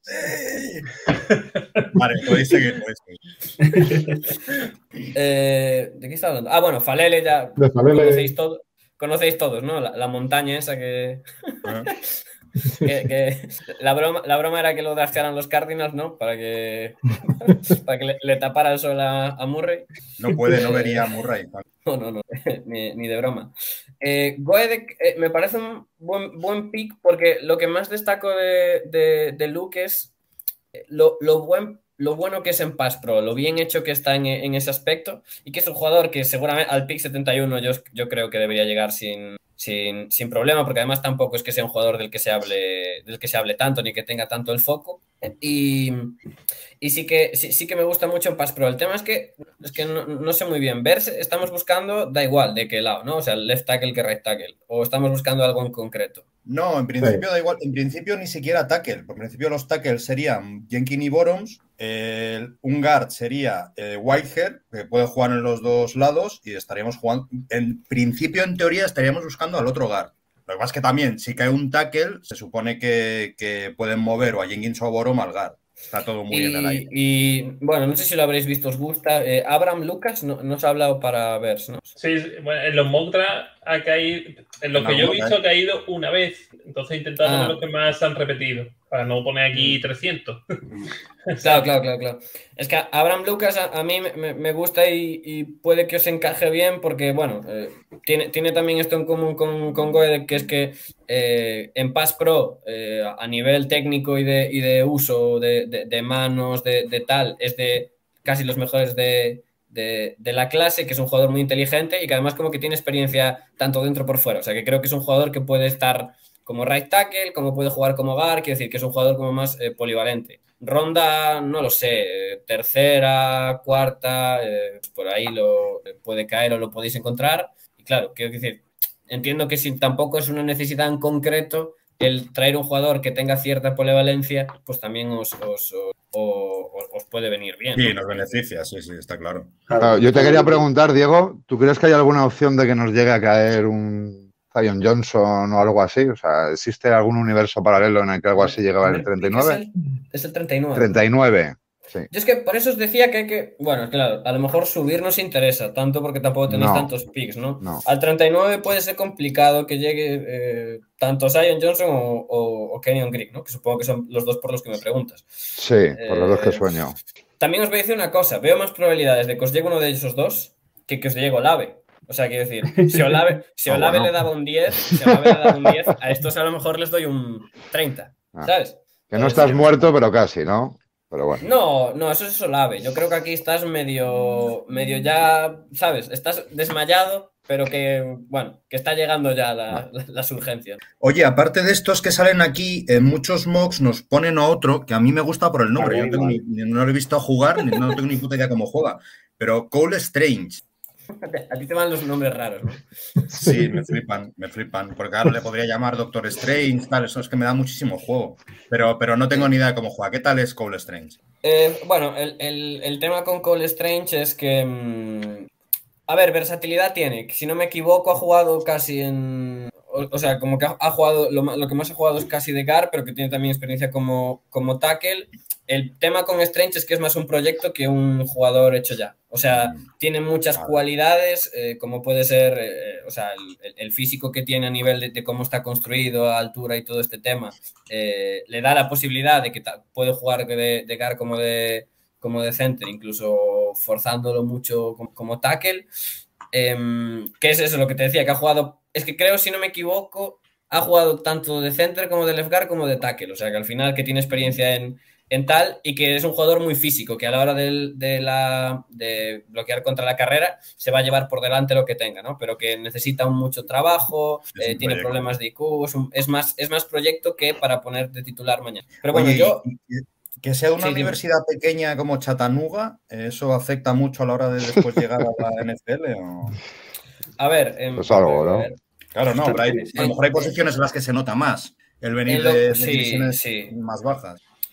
¡Sí! Vale, podéis seguir, podéis seguir. Eh, ¿de qué está hablando? Ah, bueno, Falele ya De Falele. conocéis, todo, conocéis todos, ¿no? La, la montaña esa que, Ah, que, que- la, broma, la broma era que lo draftearan los Cardinals, ¿no? Para que, para que le, le tapara el sol a, a Murray. no puede, no vería a Murray. No, no, no, ni, ni de broma. Eh, Goedek eh, me parece un buen, buen pick porque lo que más destaco de, de, de Luke es lo, lo, buen, lo bueno que es en Pass Pro, lo bien hecho que está en, en ese aspecto y que es un jugador que seguramente al pick setenta y uno yo, yo creo que debería llegar sin, sin, sin problema, porque además tampoco es que sea un jugador del que se hable, del que se hable tanto ni que tenga tanto el foco. Y, y sí, que, sí, sí que me gusta mucho en Pass Pro. El tema es que, es que no, no sé muy bien. Ver, estamos buscando, da igual de qué lado, ¿no? O sea, left tackle que right tackle. O estamos buscando algo en concreto. No, en principio da igual. En principio ni siquiera tackle. Porque en principio los tackles serían Jenkins y Boroms. Eh, un guard sería eh, Whitehair, que puede jugar en los dos lados. Y estaríamos jugando. En principio, en teoría, estaríamos buscando al otro guard. Lo que pasa es que también, si cae un tackle, se supone que, que pueden mover o a Jenkins o a Borom al guard. Está todo muy y, en el aire. Y bueno, no sé si lo habréis visto, os gusta. Eh, Abraham Lucas no, no os ha hablado para ver, ¿no? Sí, sí, bueno, en los mock draft ha caído, en lo En que yo he algunos, visto ¿eh? ha caído una vez, entonces he intentado Ah. ver los que más se han repetido, para no poner aquí trescientos. Claro, claro, claro, claro. Es que Abraham Lucas a, a mí me, me gusta y, y puede que os encaje bien porque, bueno, eh, tiene, tiene también esto en común con, con Goedek, que es que eh, en Pass Pro, eh, a nivel técnico y de, y de uso de, de, de manos, de, de tal, es de casi los mejores de, de, de la clase, que es un jugador muy inteligente y que además como que tiene experiencia tanto dentro por fuera. O sea, que creo que es un jugador que puede estar como right tackle, como puede jugar como guard, quiero decir que es un jugador como más eh, polivalente. Ronda, no lo sé, tercera, cuarta, eh, por ahí lo puede caer o lo podéis encontrar. Y claro, quiero decir, entiendo que si tampoco es una necesidad en concreto, el traer un jugador que tenga cierta polivalencia, pues también os, os, os, os, os puede venir bien. Sí, ¿no? nos beneficia, sí, sí, está claro. Claro, yo te quería preguntar, Diego, ¿tú crees que hay alguna opción de que nos llegue a caer un Zion Johnson o algo así? O sea, ¿existe algún universo paralelo en el que algo así llegaba en el treinta y nueve? Es el, es el treinta y nueve. treinta y nueve, sí. Yo es que por eso os decía que hay que, bueno, claro, a lo mejor subir nos interesa, tanto porque tampoco tenéis No, tantos picks, ¿no? no. Al treinta y nueve puede ser complicado que llegue eh, tanto Zion Johnson o, o, o Kenyon Green, ¿no? Que supongo que son los dos por los que me preguntas. Sí, por los dos que Eh, sueño. También os voy a decir una cosa, veo más probabilidades de que os llegue uno de esos dos que que os llegue Olave. O sea, quiero decir, si Olave, si Ah, Olave bueno. le daba un diez, si Olave le daba un diez, a estos a lo mejor les doy un treinta, Ah. ¿sabes? Que no Es estás decir, muerto, pero casi, ¿no? Pero bueno. no, no, eso es Olave. Yo creo que aquí estás medio, medio ya, ¿sabes? Estás desmayado, pero que, bueno, que está llegando ya la, la- las urgencias. Oye, aparte de estos que salen aquí, en muchos mocks nos ponen a otro que a mí me gusta por el nombre. Yo no, tengo ni- ni- no lo he visto jugar, ni- no tengo ni puta idea cómo juega. Pero Cole Strange. A ti te van los nombres raros, ¿no? Sí, me flipan, me flipan. Porque ahora le podría llamar Doctor Strange, tal. Eso es que me da muchísimo juego. Pero, pero no tengo ni idea de cómo juega. ¿Qué tal es Cole Strange? Eh, bueno, el, el- el tema con Cole Strange es que, mm, a ver, versatilidad tiene. Si no me equivoco, ha jugado casi en... O, o sea, como que ha, ha jugado, lo, ma- lo que más ha jugado es casi de guard, pero que tiene también experiencia como, como tackle. El tema con Strange es que es más un proyecto que un jugador hecho ya. O sea, tiene muchas Vale. cualidades, eh, como puede ser, eh, o sea, el, el- el físico que tiene a nivel de, de cómo está construido, a altura y todo este tema, eh, le da la posibilidad de que ta- puede jugar de, de guard como de, como de center, incluso forzándolo mucho como, como tackle. Em, ¿qué es eso? Lo que te decía, que ha jugado, es que creo, si no me equivoco, ha jugado tanto de center como de left guard como de tackle. O sea, que al final que tiene experiencia en, en tal y que es un jugador muy físico, que a la hora del- de, la, de bloquear contra la carrera se va a llevar por delante lo que tenga, ¿no? Pero que necesita un mucho trabajo, Es eh, un tiene proyecto. problemas de I Q, es, un- es más, es más proyecto que para poner de titular mañana. Pero bueno, Oye, yo... y- y- que sea de una Sí, dime. universidad pequeña como Chattanooga, ¿eso afecta mucho a la hora de después llegar a la N F L? O... A ver... em, Pues algo, a ¿no? ver, Claro, no, pero hay- Sí. a lo mejor hay posiciones en las que se nota más el venir En lo- de, de sí, divisiones sí. más bajas.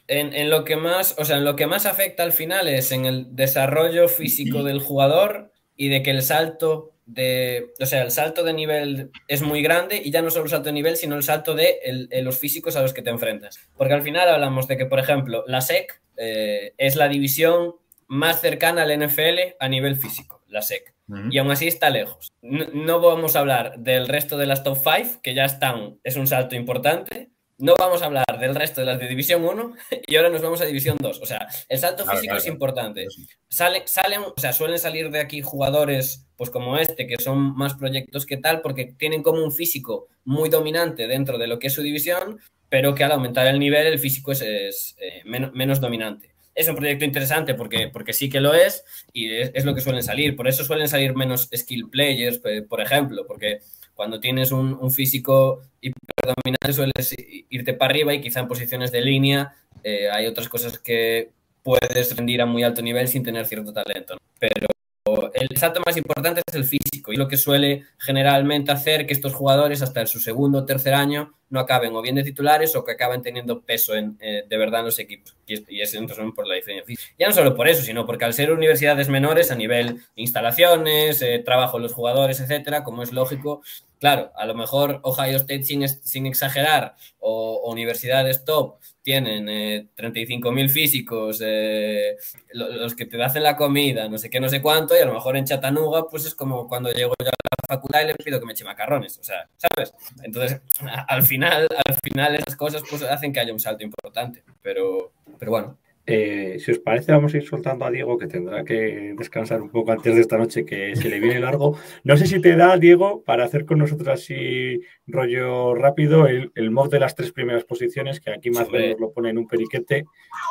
En, en lo que más, o sea, en lo que más afecta al final es en el desarrollo físico del jugador y de que el salto de, o sea, el salto de nivel es muy grande y ya no solo el salto de nivel, sino el salto de el, el, los físicos a los que te enfrentas. Porque al final hablamos de que, por ejemplo, la S E C eh, es la división más cercana al N F L a nivel físico, la S E C. Uh-huh. Y aún así está lejos. No, no vamos a hablar del resto de las top cinco, que ya están, es un salto importante. No vamos a hablar del resto de las de División uno y ahora nos vamos a División dos. O sea, el salto físico claro, claro, es importante. Sale, salen, o sea, suelen salir de aquí jugadores pues como este, que son más proyectos que tal, porque tienen como un físico muy dominante dentro de lo que es su división, pero que al aumentar el nivel, el físico es, es eh, menos, menos dominante. Es un proyecto interesante porque, porque sí que lo es y es, es lo que suelen salir. Por eso suelen salir menos skill players, por ejemplo, porque cuando tienes un, un físico hiperdominante sueles irte para arriba y quizá en posiciones de línea eh, hay otras cosas que puedes rendir a muy alto nivel sin tener cierto talento, ¿no? Pero el salto más importante es el físico y lo que suele generalmente hacer que estos jugadores hasta su segundo o tercer año no acaben o bien de titulares o que acaben teniendo peso en, eh, de verdad en los equipos. Y es, y es entonces por la diferencia física. Ya no solo por eso, sino porque al ser universidades menores a nivel instalaciones, eh, trabajo en los jugadores, etcétera, como es lógico, claro, a lo mejor Ohio State sin, sin exagerar o, o universidades top tienen eh, treinta y cinco mil físicos, eh, los que te hacen la comida, no sé qué, no sé cuánto, y a lo mejor en Chattanooga, pues es como cuando llego yo a la facultad y le pido que me eche macarrones, o sea, ¿sabes? Entonces, al final, al final esas cosas pues hacen que haya un salto importante, pero, pero bueno. Eh, si os parece, vamos a ir soltando a Diego, que tendrá que descansar un poco antes de esta noche, que se le viene largo. No sé si te da, Diego, para hacer con nosotros así rollo rápido el, el mock de las tres primeras posiciones, que aquí más o menos lo pone en un periquete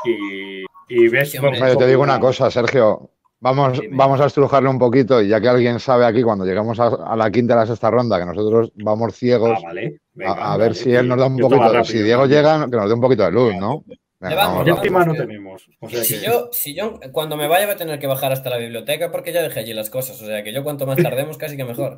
y, y ves... Sí, hombre, bueno, te digo una cosa, Sergio. Vamos, vamos a estrujarlo un poquito y ya que alguien sabe aquí, cuando llegamos a, a la quinta de la sexta ronda, que nosotros vamos ciegos, ah, vale. Venga, a, a vale, ver si él nos da un poquito... Rápido, si Diego rápido. llega, que nos dé un poquito de luz, ¿no? Venga, vamos, ya encima no tenemos. O sea si, que... yo, si yo cuando me vaya voy a tener que bajar hasta la biblioteca porque ya dejé allí las cosas. O sea que yo cuanto más tardemos casi que mejor.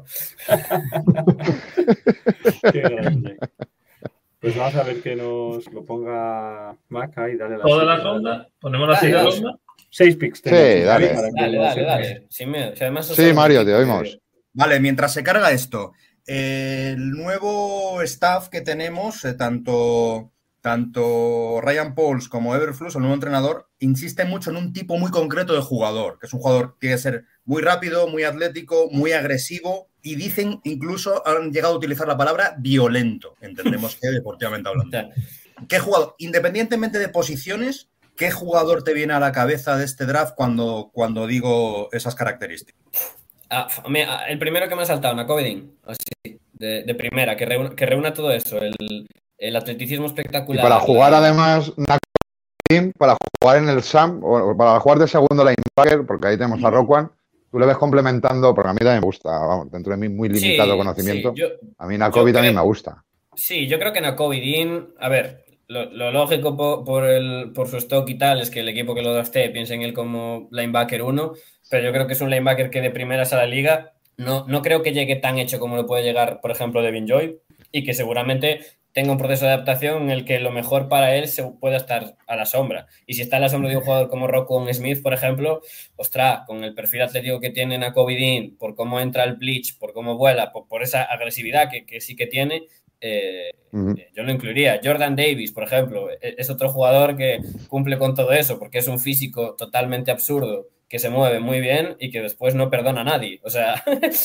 Qué grande. Pues vamos a ver que nos lo ponga Mac ahí, dale la Toda la ronda, ponemos la siguiente ronda. Seis picks. Sí, dale. Dale, dale, dale, dale. Sin miedo. Si además sí, Mario, te oímos. Vale, mientras se carga esto, eh, el nuevo staff que tenemos, eh, tanto... Tanto Ryan Pauls como Eberflus, el nuevo entrenador, insiste mucho en un tipo muy concreto de jugador, que es un jugador que tiene que ser muy rápido, muy atlético, muy agresivo, y dicen, incluso han llegado a utilizar la palabra violento, entendemos que deportivamente hablando. ¿Qué jugador, independientemente de posiciones, qué jugador te viene a la cabeza de este draft cuando, cuando digo esas características? Ah, el primero que me ha saltado, Nakobe Dean, así, de, de primera, que reúna, que reúna todo eso, el... El atleticismo espectacular. Y para jugar la... además, para jugar en el S A M, o para jugar de segundo linebacker, porque ahí tenemos a Roquan, tú le ves complementando, porque a mí también me gusta, vamos, dentro de mí muy limitado sí, conocimiento. Sí, yo, a mí Nakobe también creo, me gusta. Sí, yo creo que Nakobe Dean, a ver, lo, lo lógico por, por, el, por su stock y tal es que el equipo que lo drafté piense en él como linebacker uno, pero yo creo que es un linebacker que de primeras a la liga no, no creo que llegue tan hecho como lo puede llegar, por ejemplo, Devin Joy, y que seguramente tenga un proceso de adaptación en el que lo mejor para él se pueda estar a la sombra. Y si está a la sombra de un jugador como Roquan Smith, por ejemplo, ostras, con el perfil atlético que tiene Nakobe Dean, por cómo entra el blitz, por cómo vuela, por, por esa agresividad que, que sí que tiene, eh, uh-huh. yo lo incluiría. Jordan Davis, por ejemplo, es otro jugador que cumple con todo eso, porque es un físico totalmente absurdo, que se mueve muy bien y que después no perdona a nadie. O sea,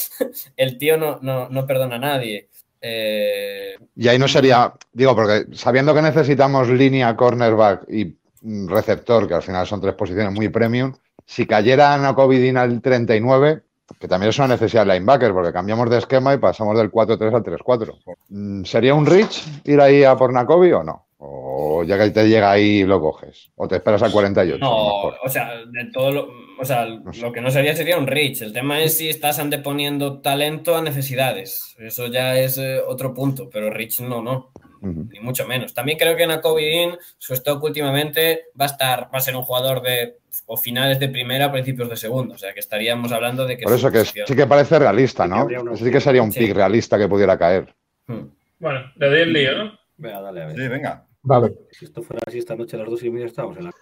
el tío no, no, no perdona a nadie. Eh... Y ahí no sería, digo, porque sabiendo que necesitamos línea, cornerback y receptor, que al final son tres posiciones muy premium, si cayera Nakobe Dean al treinta y nueve, que también es una necesidad de linebacker, porque cambiamos de esquema y pasamos del cuatro tres al tres cuatro. ¿Sería un reach ir ahí a por Nakobe o no? O ya que te llega ahí lo coges. O te esperas a cuarenta y ocho. No, o sea, de todo lo, o sea, no sé. Lo que no sería sería un reach. El tema es si estás anteponiendo talento a necesidades. Eso ya es eh, otro punto, pero reach no, no. Uh-huh. Ni mucho menos. También creo que Nakobe Dean, su stock últimamente va a estar, va a ser un jugador de o finales de primera, principios de segunda. O sea, que estaríamos hablando de que... Por eso que posición... sí que parece realista, ¿no? Sí, sí que sería un sí. pick realista que pudiera caer. Hmm. Bueno, le doy el lío, ¿no? Venga, dale, a ver. Sí, venga. Vale. Si esto fuera así esta noche a las dos y media estamos en la...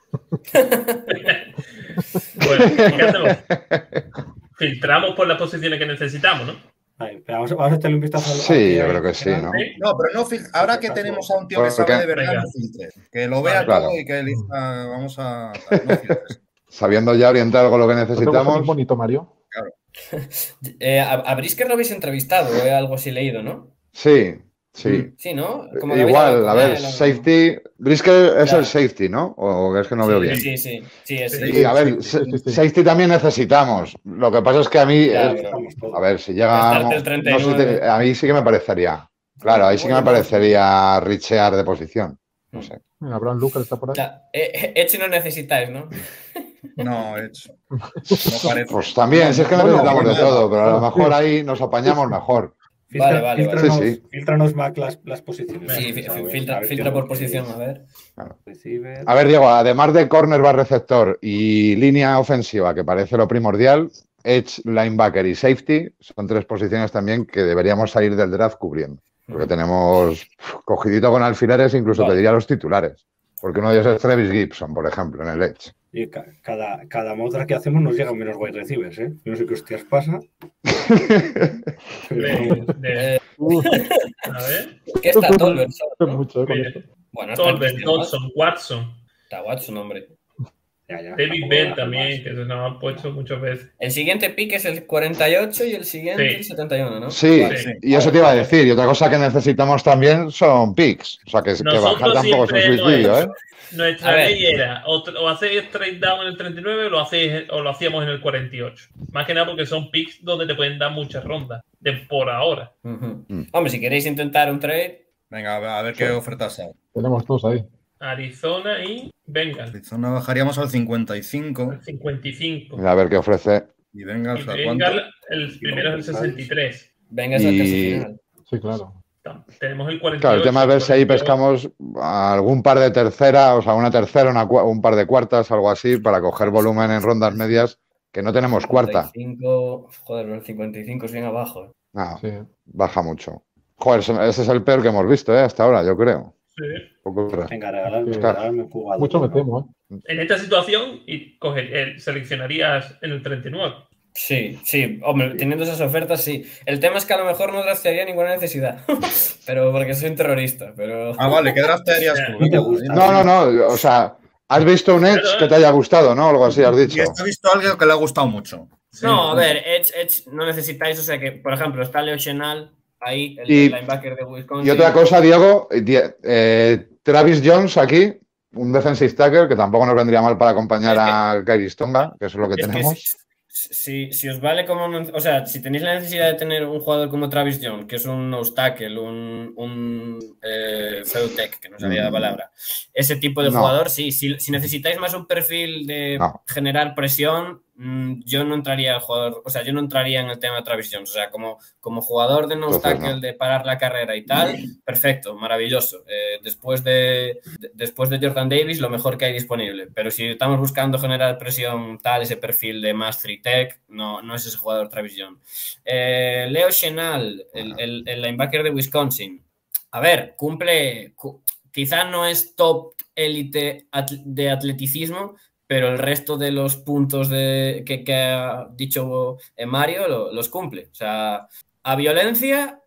Bueno, ¿qué hacemos? Filtramos por las posiciones que necesitamos, ¿no? Ahí, vamos, a, vamos a echarle un vistazo. Sí, yo creo que sí, ¿no? No, pero no fil- ahora que tenemos a un tío que sabe de verdad, no filtres. Que lo vea Claro. todo y que elija, vamos a... No filtres. Sabiendo ya orientar algo lo que ¿No te gusta necesitamos. muy bonito, Mario? Eh, a, a Brisker lo habéis entrevistado, o algo así leído, ¿no? Sí, sí. Sí, ¿no? Como que habéis Igual, hablado a con ver, él, o- safety. Brisker es Ya. el safety, ¿no? O es que no veo Sí, bien. Sí, sí, sí, es Sí. Y a ver, sí, sí, sí. safety también necesitamos. Lo que pasa es que a mí, Ya, es- pero- a ver, si llega, Gastarte el treinta y no sé, nueve. te- a mí sí que me parecería. Claro, ahí sí que me parecería richear de posición. No sé. Mira, Abraham Lucas está por ahí. Ya, eh, Edge no necesitáis, ¿no? No, hecho. No parece. Pues también, si es que Bueno, necesitamos de bueno, todo, pero a lo bueno. mejor ahí nos apañamos mejor. Filtra, Vale, vale, filtranos, vale. Sí, sí. filtranos, Mac, las, las posiciones. Sí, Vamos fi- a ver, filtra, a ver filtra qué por nos posición, dice. a ver. Receiver. A ver, Diego, además de corner bar receptor y línea ofensiva, que parece lo primordial, edge, linebacker y safety son tres posiciones también que deberíamos salir del draft cubriendo. Porque tenemos cogidito con alfileres, incluso Vale. te diría los titulares. Porque uno de ellos es Travis Gibson, por ejemplo, en el edge. Y ca- cada, cada motra que hacemos nos llegan menos wide receivers, ¿eh? Yo no sé qué hostias pasa. De- de- Eh, a ver. ¿Qué está Tolbert? Es ¿no? mucho, ¿eh? Con Mira. esto. Bueno, está Tolbert, Christian Dodson, Watson, Está Watson, hombre. Ya, ya, David tampoco Bell hace también, más. que se nos han puesto muchas veces. El siguiente pick es el cuarenta y ocho y el siguiente Sí. el setenta y uno, ¿no? Sí, Vale. Sí. y eso te iba a decir. Y otra cosa que necesitamos también son picks. O sea, que, que Nosotros bajar tampoco es un siempre hemos suicidio, ¿eh? hecho- Nuestra A ver. ley era o, tr- o hacéis trade down en el treinta y nueve o lo, hacéis, o lo hacíamos en el cuarenta y ocho. Más que nada porque son picks donde te pueden dar muchas rondas de por ahora. Ujú. Mm. Hombre, si queréis intentar un trade, Venga, a ver, a ver qué ofertas hay. Tenemos todos ahí. Arizona y Bengals. Arizona bajaríamos al cincuenta y cinco al cincuenta y cinco. Mira, a ver qué ofrece. y Y Bengals a cuánto. Bengals, el primero es el sesenta y tres. venga a casi Y- final. Sí, claro. Tenemos el cuarenta y ocho. Claro, el tema es ver si ahí cuarenta y ocho. pescamos algún par de tercera, o sea, una tercera, una cua- un par de cuartas, algo así, para coger volumen en rondas medias, que no tenemos cuarta. cincuenta y cinco, joder, el cincuenta y cinco es bien abajo. eh. No, Sí. baja mucho. Joder, ese ese es el peor que hemos visto, ¿eh? Hasta ahora, yo creo. Sí. Un poco raro. Venga, regalarme, Sí. regalarme un jugador. Mucho me ¿no? temo, ¿eh? En esta situación, y coger, eh, seleccionarías en el treinta y nueve. Sí, sí, hombre, teniendo esas ofertas, sí. El tema es que a lo mejor no draftearía ninguna necesidad, pero porque soy un terrorista, pero... Ah, vale, ¿qué draftearías tú? No te gusta. No, no, no, o sea, has visto un Edge que te haya gustado, ¿no? Algo así has Y dicho. esto he visto algo que le ha gustado mucho. No, a ver, Edge, Edge no necesitáis, o sea que, por ejemplo, está Leo Chenal ahí, el, Y- el linebacker de Wisconsin. Y otra cosa, Diego, eh, eh, Travis Jones aquí, un defensive tackle que tampoco nos vendría mal para acompañar Es que- a Kairis Tonga, que eso es lo que Es que tenemos. si, si- si os vale como... no- O sea, si tenéis la necesidad de tener un jugador como Travis Jones, que es un nose tackle, un, un eh, Feutech, que no sabía la Mm. palabra, ese tipo de No. jugador, sí. Si, si necesitáis más un perfil de No. generar presión, mm, yo no entraría al jugador... O sea, yo no entraría en el tema de Travis Jones. O sea, como, como jugador de nose Entonces, tackle, no. de parar la carrera y tal, perfecto, maravilloso. Eh, después, de, de- después de Jordan Davis, lo mejor que hay disponible. Pero si estamos buscando generar presión tal, ese perfil de más three tech, no, no es ese jugador Travis Jones. Eh, Leo Chenal, el, el, el linebacker de Wisconsin. A ver, cumple, cu- quizá no es top élite atl- de atleticismo, pero el resto de los puntos de, que, que ha dicho eh, Mario lo- los cumple. O sea, a violencia,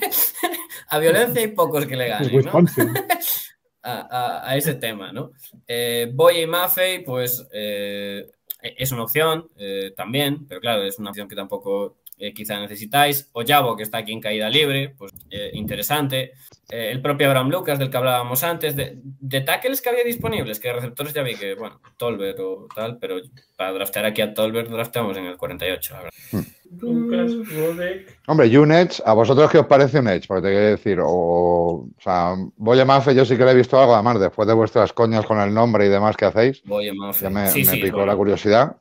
a violencia hay pocos que le ganen, ¿no? Wisconsin. a, a- a ese tema, ¿no? Eh, Boye y Maffei, pues eh, es una opción eh, también, pero claro, es una opción que tampoco eh, quizá necesitáis. Oyabo, que está aquí en caída libre, pues eh, interesante. Eh, el propio Abraham Lucas, del que hablábamos antes, de, de tackles que había disponibles, que receptores ya vi que, bueno, Tolbert o tal, pero para draftear aquí a Tolbert, drafteamos en el cuarenta y ocho, la verdad. Lucas, Rodek. Hombre, y un Edge, ¿a vosotros qué os parece un Edge? Porque te quiero decir, o, o sea, voy a Mafe, yo sí que le he visto algo, además, después de vuestras coñas con el nombre y demás que hacéis, Boye, Maffei. ya me, Sí, me sí, picó bueno. la curiosidad.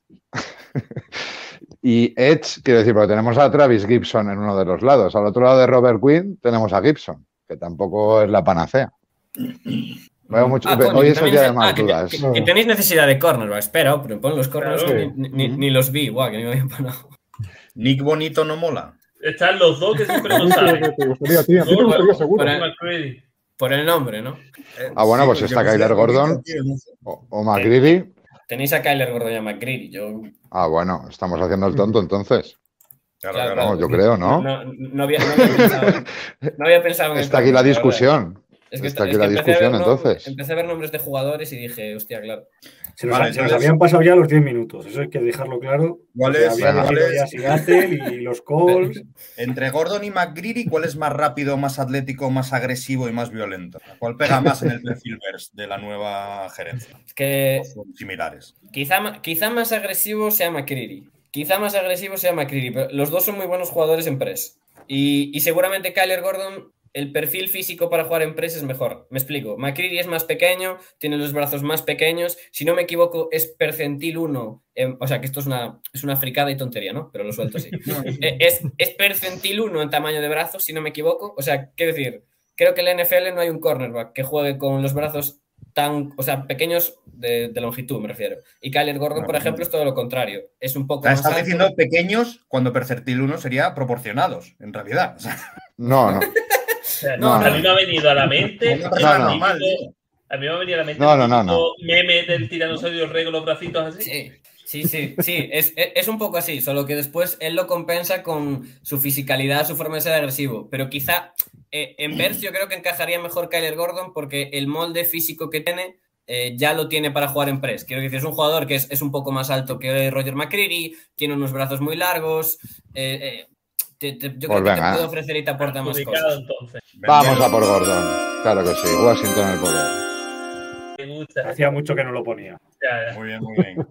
Y Edge, quiero decir, porque tenemos a Travis Gibson en uno de los lados. Al otro lado de Robert Quinn tenemos a Gibson, que tampoco es la panacea. Veo mucho, Ah, coño, hoy que es el también día se- de más ah, que- dudas. que- que tenéis necesidad de cornerbacks. Espera, pero pon los corners Claro. que ni, ni- ni los vi. Guau, que ni me habían parado. Nick Bonito no mola. Están los dos que siempre A mí nos sí, salen. te gustaría, tío. A ti te Gordon, gustaría seguro. Para- McCready. Por el nombre, ¿no? Eh, Ah, bueno, sí, pues yo está me sé Kyler el Gordon poquito, tío, no sé. o, o McGreevy. Tenéis a Kyler Gordon y a McCreary. Yo, Ah, bueno, estamos haciendo el tonto entonces. Claro, Claro, claro. No, yo creo, no, ¿no? no, no había, no había pensado, no había pensado en el Está aquí la corner, verdad. discusión. Es que, Está es aquí que la empecé a discusión, ver nom- entonces. Empecé a ver nombres de jugadores y dije, hostia, claro. Se nos, Vale, se nos entonces- habían pasado ya los diez minutos, eso hay que dejarlo claro. ¿Cuál Se es- había cuál elegido es? ya Seattle y los Colts. Entre Gordon y McGreevy, ¿cuál es más rápido, más atlético, más agresivo y más violento? ¿Cuál pega más en el perfil verse de la nueva gerencia? Es que ¿O son similares? quizá, ma- quizá más agresivo sea McCreary. Quizá más agresivo sea McCreary, pero los dos son muy buenos jugadores en press. Y, y seguramente Kyler Gordon, el perfil físico para jugar en press es mejor. Me explico. McCreary es más pequeño, tiene los brazos más pequeños. Si no me equivoco, es percentil uno. En, o sea, que esto es una, es una fricada y tontería, ¿no? Pero lo suelto así. Eh, es, es percentil uno en tamaño de brazos, si no me equivoco. O sea, quiero decir, creo que en la N F L no hay un cornerback que juegue con los brazos tan, o sea, pequeños de, de longitud, me refiero. Y Kyler Gordon, por ejemplo, es todo lo contrario. Es un poco O sea, más estás alto. diciendo pequeños cuando percentil uno sería proporcionados, en realidad. O sea, No, no. O sea, No, a no. mí me ha venido a la mente. Una persona el normal, típico- A mí me ha venido a la mente No, el no, no, típico meme del tiranosaurio rey con los bracitos así. Sí, sí, sí, sí. Es, es, es un poco así, solo que después él lo compensa con su fisicalidad, su forma de ser agresivo. Pero quizá eh, en Bears yo creo que encajaría mejor Kyler Gordon porque el molde físico que tiene eh, ya lo tiene para jugar en press. Quiero decir, es un jugador que es, es un poco más alto que Roger McCreary, tiene unos brazos muy largos. Eh, eh, te, te, yo Pues creo que venga. te puede ofrecer y te aporta más Adjudicado, cosas. entonces. Vamos a por Gordon. Claro que sí. Washington el poder. Me gusta. Hacía mucho que no lo ponía. Ya, ya. Muy bien, muy bien.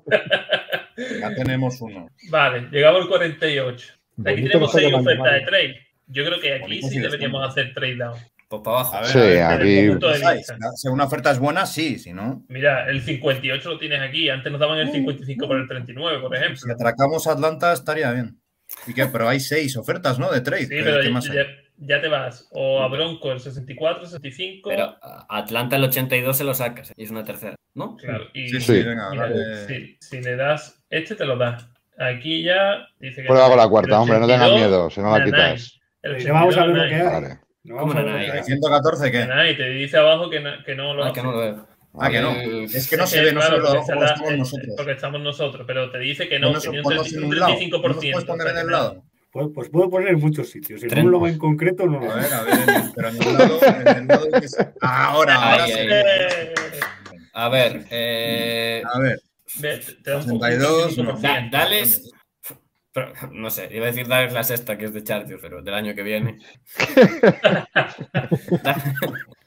Ya tenemos uno. Vale, llegamos al cuarenta y ocho. Aquí Bonito tenemos lo está seis llamando, ofertas de Mario. trade. Yo creo que aquí Bonito sí sí deberíamos descuento. hacer trade down. Pues para abajo. A ver, Sí, a ver, aquí. punto de ¿pensáis? vista. Si una oferta es buena, sí, si no. Mira, el cincuenta y ocho lo tienes aquí. Antes nos daban el cincuenta y cinco por el treinta y nueve, por Si ejemplo. atracamos a Atlanta estaría bien. ¿Y qué? Pero hay seis ofertas, ¿no? De trade. Sí, ¿Qué- pero qué más hay? ya, ya te vas. O a Bronco el sesenta y cuatro, sesenta y cinco. Pero a Atlanta el ochenta y dos se lo sacas y es una tercera, ¿no? Claro, y Sí, Sí. sí, venga, mira, dale. si, si le das este, te lo das. Aquí ya dice que. Prueba con la el cuarta, hombre, no tengas ochenta y dos, miedo, si no la Nanay. quitas. El Ya vamos a ver lo ochenta y que dos, hay. Vale. No vamos a ver lo Nanay? que hay. ¿ciento catorce qué? Nanay, te dice abajo que no, que no lo Ah, hace. que no lo veo. Ah, que no. Eh, Es que no Es se que, ve, no se claro, ve lo porque abajo está porque la- estamos es- nosotros. porque estamos nosotros, pero te dice que no, Ponnos- que tiene un ponnos treinta en un un treinta y lado. cinco ¿No por nos puedes ciento. poner en el lado? Pues, pues puedo poner en muchos sitios. En Treinta. un lado en concreto no lo A veo. ver, a ver, pero en el lado, en el lado que es- Ahora, ahora Ay, sí. ay. Eh, A ver, eh, A ver, ve, te te da un sesenta y dos, un no. da- treinta y cinco por ciento. dales. pero, no sé, iba a decir darles la sexta, que es de Chargers, pero del año que viene. Da-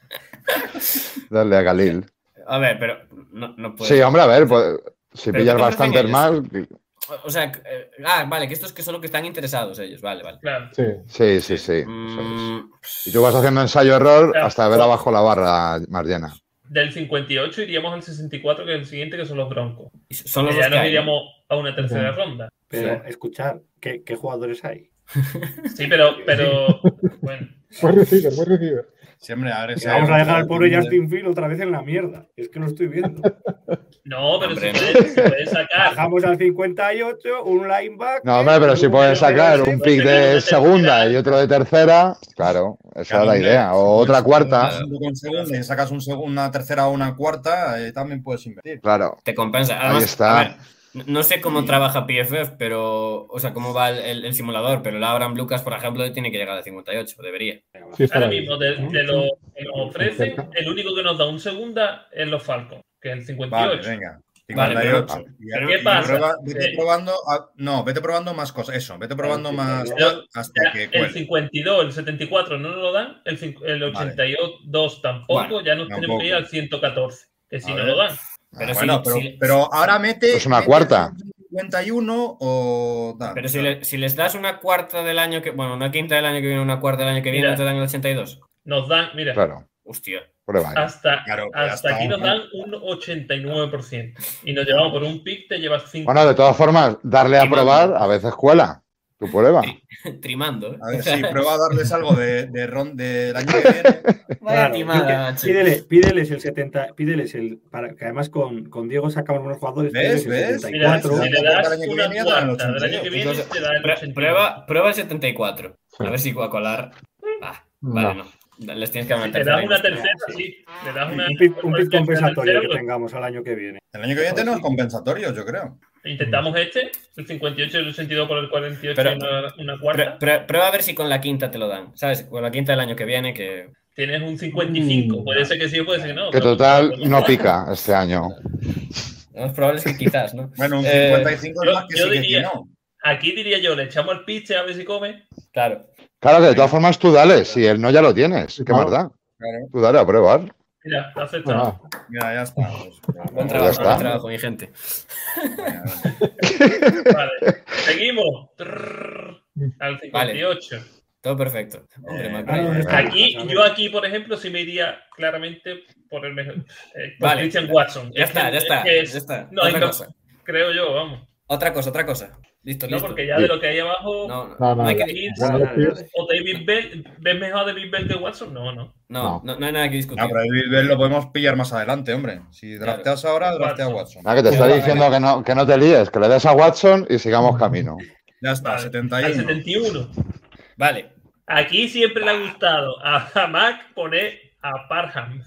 Dale a Khalil. a ver, pero no, no puedo. Sí, hombre, a ver, pues, si Pero pillas ¿qué te ofrecen bastantes ellos? más. O sea, eh, ah, vale, que estos que son los que están interesados ellos, vale, vale. Claro. Sí. Sí, sí, sí. eso es. Mm, Y tú vas haciendo ensayo-error Claro. hasta ver abajo la barra más llena. Del cincuenta y ocho iríamos al sesenta y cuatro, que es el siguiente, que son los Broncos. son los Que dos ya que nos hay, ¿no? iríamos a una tercera Ya. ronda. Pero escuchar, ¿qué, qué jugadores hay? Sí, pero, pero bueno. Buen receiver, buen receiver. siempre a ver Que si vamos hay a dejar al otro pobre que- Justin Field otra vez en la mierda. Es que lo estoy viendo. No, pero Hombre, si no. puedes, si puedes sacar. Bajamos al cincuenta y ocho, un linebacker. No, hombre, pero si un puedes sacar defensive, un pick de segunda y otro de tercera, claro, esa Claro, es la hombre, idea. O si otra puedes cuarta, sacar un segunda y sacas un segundo, una tercera o una cuarta, eh, también puedes invertir. claro. Te compensa. Además, está. a ver, no sé cómo trabaja P F F, pero, o sea, cómo va el, el- el simulador, pero el Abraham Lucas, por ejemplo, tiene que llegar al cincuenta y ocho, debería. Sí, está Ahora ahí. mismo, de, de lo que nos ofrecen, el único que nos da un segunda es los Falcons, que es el cincuenta y Vale, ocho. venga. Vale, pero- cincuenta y ocho. Y- pero ¿qué y pasa? prueba- vete Eh, probando, a- no, vete probando más cosas. Eso, vete probando más Pero hasta ya que el cuele. cincuenta y dos, el setenta y cuatro no nos lo dan, el, cin- el ochenta y dos tampoco, Bueno, ya nos tenemos tampoco. que ir al ciento catorce, que si A no ver. lo dan. Pero Bueno, si- pero, si- pero ahora mete. Es una mete cuarta. cincuenta y uno o. tal. Pero si, le- si les das una cuarta del año que. Bueno, una quinta del año que viene, una cuarta del año que viene, Mira. ¿no te dan el ochenta y dos? Nos dan, mira, Claro, Hostia. prueba. ahí. hasta, Claro, ya hasta está, aquí nos ¿no? dan un ochenta y nueve por ciento. Y nos llevamos por un pick, te llevas cinco. Bueno, de todas formas, darle a Qué mal. probar a veces cuela. Tu prueba. Trimando, ¿eh? A ver, sí, prueba a darles algo de, de ron del año que viene. Vaya Claro, timada, pide- macho. pídele, pídeles el setenta, pídeles el. Para, que además con, con Diego sacamos buenos jugadores. ¿Ves? pídeles el ¿Ves? setenta y Mira, cuatro. si le Cuarta das del año que una viene, ya te dan el cuarta del año que viene, Entonces, te da el Prue- ochenta y nueve. prueba, prueba el setenta y cuatro. A ver si va a colar. Ah, vale, no. Les tienes que dar una Le tercera. das una Sí. tercera, sí. Le das una, Un pit, un pit una compensatorio tercera, que pues, tengamos al año que viene. El año que viene tenemos compensatorios, yo creo. intentamos este, el cincuenta y ocho y el ochenta y dos por el cuarenta y ocho Pero- y una, una Prue- cuarta. prue- Prueba a ver si con la quinta te lo dan, ¿sabes? Con la quinta del año que viene, que Tienes un cincuenta y cinco. Mm. Puede ser que sí o puede ser que no. Que ¿no? total no pica este año. lo más probable es que quizás, ¿no? Bueno, un Eh, cincuenta y cinco yo- es más que yo sí que diría- sí, no. Aquí diría yo, le echamos el piste a ver si come. Claro. Claro que de todas formas tú dale, si él no ya lo tienes. ¿Qué más da? Claro. Tú dale a probar. Mira, lo ha aceptado. Ah, Mira, ya está. Pues, Buen ya trabajo, está. buen trabajo, mi gente. venga, venga. Vale. Seguimos. Trrr, al cincuenta y ocho. Todo perfecto. Hombre, Eh, McBride. ah, no, está. Aquí, A ver. yo aquí, por ejemplo, sí me iría claramente por el mejor. Eh, por Vale. Christian Watson. Ya Es está, que- ya está, es que es- ya está. No, Otra no, cosa. creo yo, vamos. Otra cosa, otra cosa. Listo, No, listo. porque ya de lo que hay abajo. No, no, No, no, no hay no. que David, Bueno, Dale, dale, dale. o David Bell, ¿ves mejor a David Bell que Watson? No, no. no, no, no hay nada que discutir. No, pero David Bell lo podemos pillar más adelante, hombre. Si drafteas ahora, draftea a Watson. Nada, que te está diciendo que no, que no te líes, que le des a Watson y sigamos camino. Ya está, Vale. setenta y Al uno. setenta y uno. Vale. Aquí siempre le ha gustado a, a Mac poner a Parham.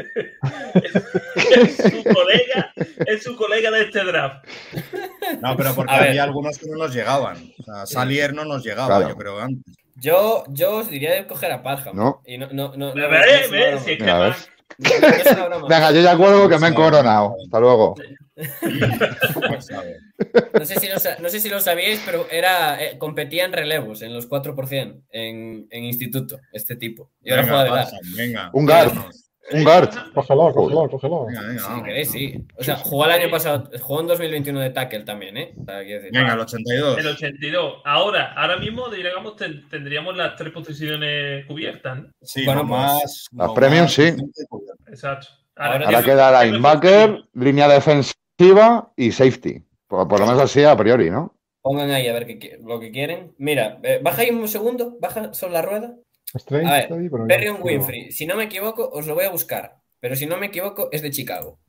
es su colega, es su colega de este draft. No, pero porque A ver. había algunos que no nos llegaban. O sea, Salier no nos llegaba, Claro. yo creo, antes. Yo, yo os diría de coger a Parham. No. Y no, no, no, no, Ve, no, ve, no es una ve, broma. si es que Mira, Mac- ves. No, no es una broma. Venga, yo ya cuelgo que me he coronado. Hasta luego. Pues, a ver. No sé si lo, sa- no sé si lo sabíais, pero era, eh, competía en relevos, en los cuatro por ciento, en, en instituto, este tipo. Y ahora Venga, juega de bar. Barça, venga. Un guard. Un guard. cógelo, cógelo, cógelo. Venga, venga, Si vamos. queréis, sí. O sea, jugó el año pasado, jugó en dos mil veintiuno de tackle también, ¿eh? O sea, quiero decir, Venga, el ochenta y dos. El ochenta y dos. Ahora, ahora mismo, digamos, ten- tendríamos las tres posiciones cubiertas, ¿no? Sí, Bueno, lo pues, más. las lo premium, más sí. decente, pues, Exacto. Ahora Ahora Eso- queda linebacker, línea defensiva y safety. Por, por lo menos así a priori, ¿no? pongan ahí a ver qué qui- lo que quieren. Mira, eh, baja ahí un segundo, baja sobre la rueda. Strange A ver, está ahí, pero ya- Perrion pero- Winfrey, si no me equivoco, os lo voy a buscar. Pero si no me equivoco, es de Chicago.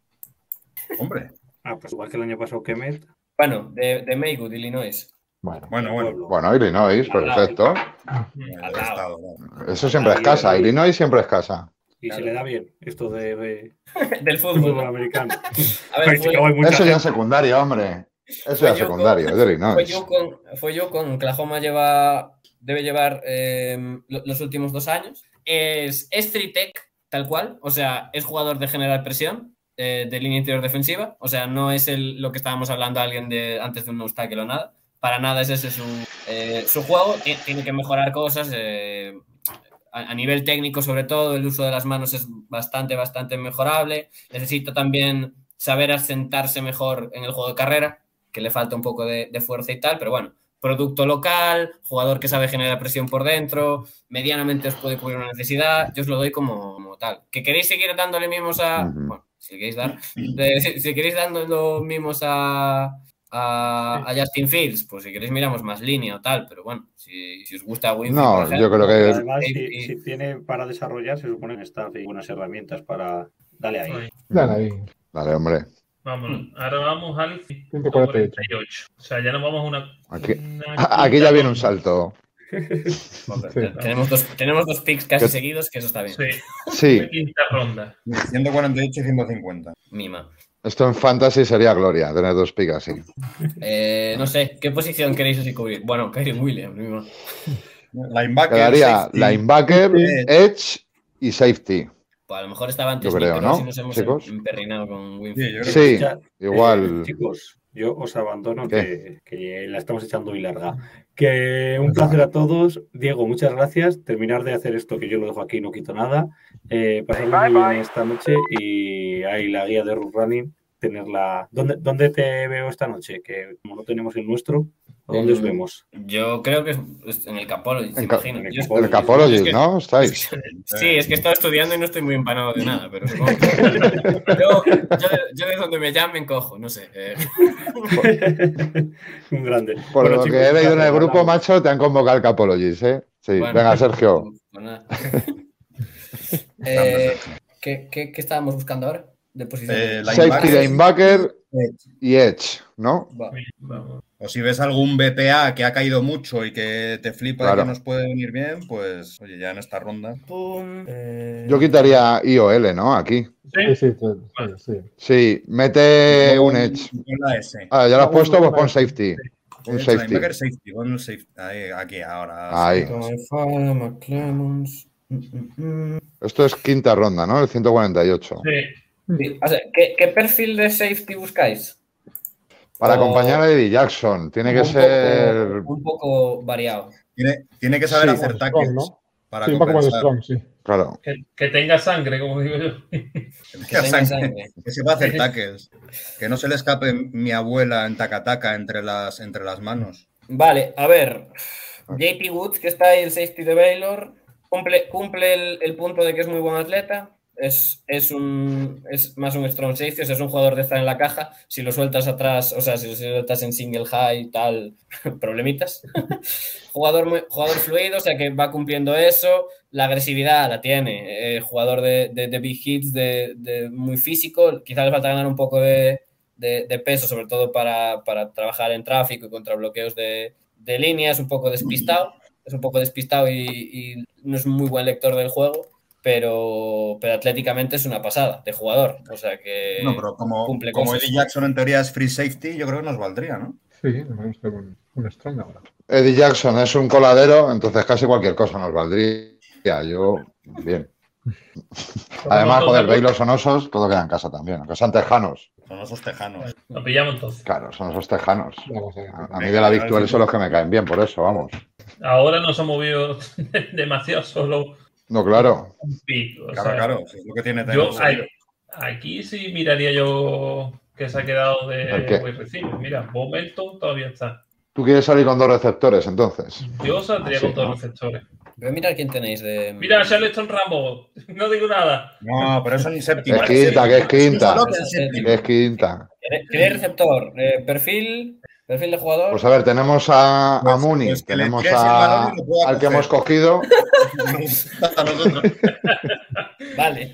Hombre. Ah, pues igual que el año pasado que Met. Bueno, de, de Maywood, Illinois. Bueno, Bueno, bueno. Pueblo. Bueno, Illinois, perfecto. Bueno, Al ya lado. está, bueno. Eso siempre es casa. Illinois siempre es casa. Y Claro. se le da bien esto de, de Del fútbol fútbol. americano. A ver, En Chicago hay fue, mucha Eso ya es gente. secundario, hombre. Eso Fue ya es yo secundario, con- es de fue Illinois. yo con, fue yo con Oklahoma lleva, debe llevar eh, lo- los últimos dos años. Es, es three tech, tal cual. O sea, es jugador de generar presión, eh, de línea interior defensiva. O sea, no es el, lo que estábamos hablando alguien de antes de un nose tackle o nada. Para nada es ese su, eh, su juego. Tien- Tiene que mejorar cosas. eh, a, a nivel técnico, sobre todo, el uso de las manos es bastante, bastante mejorable. Necesita también saber asentarse mejor en el juego de carrera, que le falta un poco de, de fuerza y tal, pero bueno, producto local, jugador que sabe generar presión por dentro, medianamente os puede cubrir una necesidad, yo os lo doy como, como tal. ¿Que queréis seguir dándole mimos a... Ujú. Bueno, si queréis dar... de- si, si queréis dándole mimos a... A, a Justin Fields, pues si queréis miramos más línea o tal, pero bueno, si, si os gusta Winfrey, No, por ejemplo, yo creo Pero que además, y- si, y- si tiene para desarrollar, se supone que está hay buenas herramientas para. Dale ahí. Ahí. dale ahí. Vale, hombre. Vámonos. Ahora vamos al ciento cuarenta y ocho. cuarenta y ocho. O sea, ya nos vamos a una. Aquí, una aquí ya quinta viene un ronda. salto. Sí. tenemos dos, tenemos dos picks casi ¿Qué? seguidos, que eso está bien. Sí, Sí, una quinta ronda. ciento cuarenta y ocho y ciento cincuenta. Mima. esto en fantasy sería gloria, tener dos picks así. Eh, no sé, ¿qué posición queréis así cubrir? Bueno, Kyrie Williams, mima. Linebacker. Quedaría safety, linebacker, edge. edge y safety. Pues a lo mejor estaba antes Yo creo, Nick, pero ¿no, si nos hemos chicos? emperrinado con Sí, Winfrey. yo creo Sí, Ya, igual. eh, chicos, yo os abandono ¿Qué? que, que la estamos echando muy larga. Que un placer a todos. Diego, muchas gracias. Terminar de hacer esto, que yo lo dejo aquí, no quito nada. Eh, pasarlo muy bien esta noche y ahí la guía de Root Running, tenerla. ¿Dónde, ¿Dónde te veo esta noche? Que como no tenemos el nuestro, ¿a dónde os Mm, vemos? Yo creo que es es en el Capology, se En ca- imagino. en el Yo- Capology. El Capology, es que- ¿no? ¿Estáis? Sí, es que he estado estudiando y no estoy muy empanado de nada, pero supongo que... yo, yo, de, yo de donde me llamen cojo, no sé. eh. Un grande. Por Bueno, lo chicos, que he leído en el gracias, grupo, hablamos. macho, te han convocado al Capologist, ¿eh? Sí, Bueno, venga, Sergio. pues nada. Eh, ¿qué, qué, qué estábamos buscando ahora? de posición. Eh, Safety, linebacker, linebacker y edge, ¿no? Va. Vamos. O si ves algún B P A que ha caído mucho y que te flipa Claro. y que nos puede venir bien, pues oye, ya en esta ronda. Pum, eh, Yo quitaría I O L, ¿no? Aquí. Sí, sí, sí, sí, sí. Sí, mete un edge. Pon la S. Ah, ya lo has No, puesto, un- pues pon un- safety. Un Edge, safety. linebacker, safety. Pon el safety. Ahí, aquí, ahora. Ahí. sí. Fire, McClemons. Mm, mm, mm. Esto es quinta ronda, ¿no? El ciento cuarenta y ocho. Sí. Sí, o sea, ¿qué, qué perfil de safety buscáis? Para O- acompañar a Eddie Jackson. Tiene que un ser. Poco, un poco variado. Tiene, tiene que saber Sí, hacer Strong, tackles ¿no? para Sí, un poco más compensar. strong, sí. Claro. Que, que tenga sangre, como digo yo. Que, tenga sangre, sangre. que sepa hacer tackles. Que no se le escape mi abuela en taca-taca entre las, entre las manos. Vale, a ver. J P Woods, que está ahí, el safety de Baylor, cumple, cumple el, el punto de que es muy buen atleta. Es, es, un, es más un strong safety, o sea, es un jugador de estar en la caja. Si lo sueltas atrás, o sea, si lo sueltas en single high y tal, problemitas. jugador, muy, jugador fluido, o sea, que va cumpliendo eso. La agresividad la tiene. Eh, jugador de, de, de big hits, de, de muy físico. Quizás le falta ganar un poco de, de, de peso, sobre todo para, para trabajar en tráfico y contra bloqueos de, de línea. Es un poco despistado. Es un poco despistado y, y no es muy buen lector del juego. Pero, pero atléticamente es una pasada de jugador. O sea que No, pero como, cumple como cosas. Eddie Jackson en teoría es free safety, yo creo que nos valdría, ¿no? Sí, debemos tener un, un strong ahora. Eddie Jackson es un coladero, entonces casi cualquier cosa nos valdría. Yo, bien. Además, joder, Baylor son osos, todo queda en casa también, aunque sean tejanos. Son esos tejanos. Lo pillamos entonces. Claro, son esos tejanos. Vamos a ver. A, a mí de la Victual son los que me caen bien, por eso, vamos. Ahora nos hemos movido demasiado solo No, claro. un pico. o Claro, sea, claro. Es lo que tiene Yo tener a- salido. aquí sí miraría yo que se ha quedado ¿El qué? de wide receiver. Mira, Bo Melton todavía está. Tú quieres salir con dos receptores, entonces. Yo saldría Ah, sí, con todos ¿no? los receptores. Pero mira quién tenéis de. Mira, Charleston Ramos. No digo nada. No, pero eso ni séptima. Es quinta, que es quinta. Solo que es séptima. Que es quinta. ¿Queréis receptor? Eh, perfil. Perfil de jugador. Pues a ver, tenemos a, a Pues- Mooney, pues que le tenemos tires el a, balón y lo pueda al que coger. hemos cogido. A nosotros. Vale.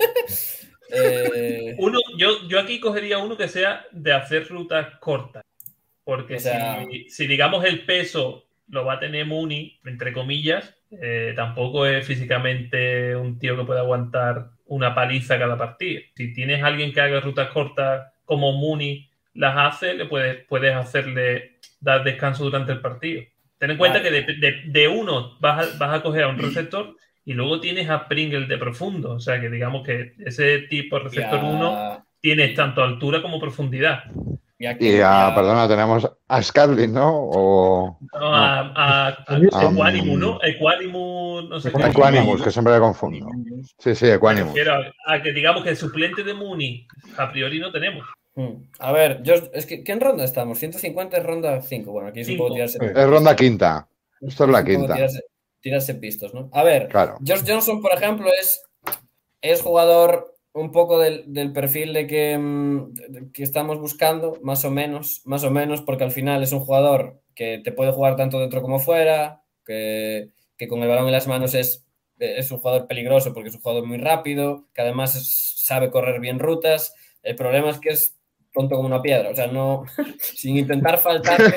Eh, Uno, yo, yo aquí cogería uno que sea de hacer rutas cortas. Porque O sea- si, si digamos el peso lo va a tener Mooney, entre comillas, eh, tampoco es físicamente un tío que pueda aguantar una paliza cada partido. Si tienes a alguien que haga rutas cortas como Mooney las hace, le puedes, puedes hacerle dar descanso durante el partido. Ten en cuenta Vale. que de, de- de uno vas a, vas a coger a un receptor y luego tienes a Pringle de profundo. O sea que digamos que ese tipo de receptor y a- uno tienes tanto altura como profundidad. y aquí- Y a, y a- perdona, tenemos a Scarlett, ¿no? O No, a, a, a- A mí sí. Equanimus, ¿no? Equanimus, no sé qué. a Equanimus, que siempre le confundo. Sí, sí, Me Equanimus. refiero a, a que digamos que el suplente de Mooney a priori no tenemos. Hmm. A ver, yo, es que ¿qué en ronda estamos? ciento cincuenta es ronda cinco. Bueno, aquí es un Cinco. poco tirarse. Sí. Es ronda quinta. Esto es la un poco quinta. Tirarse, tirarse pistos, ¿no? A ver, Claro. Josh Johnson, por ejemplo, es, es jugador un poco del, del perfil de que, mm, de que estamos buscando, más o menos, más o menos, porque al final es un jugador que te puede jugar tanto dentro como fuera, que, que con el balón en las manos es, es un jugador peligroso porque es un jugador muy rápido, que además es- sabe correr bien rutas. El problema es que es tonto como una piedra, o sea, no, sin intentar faltarle,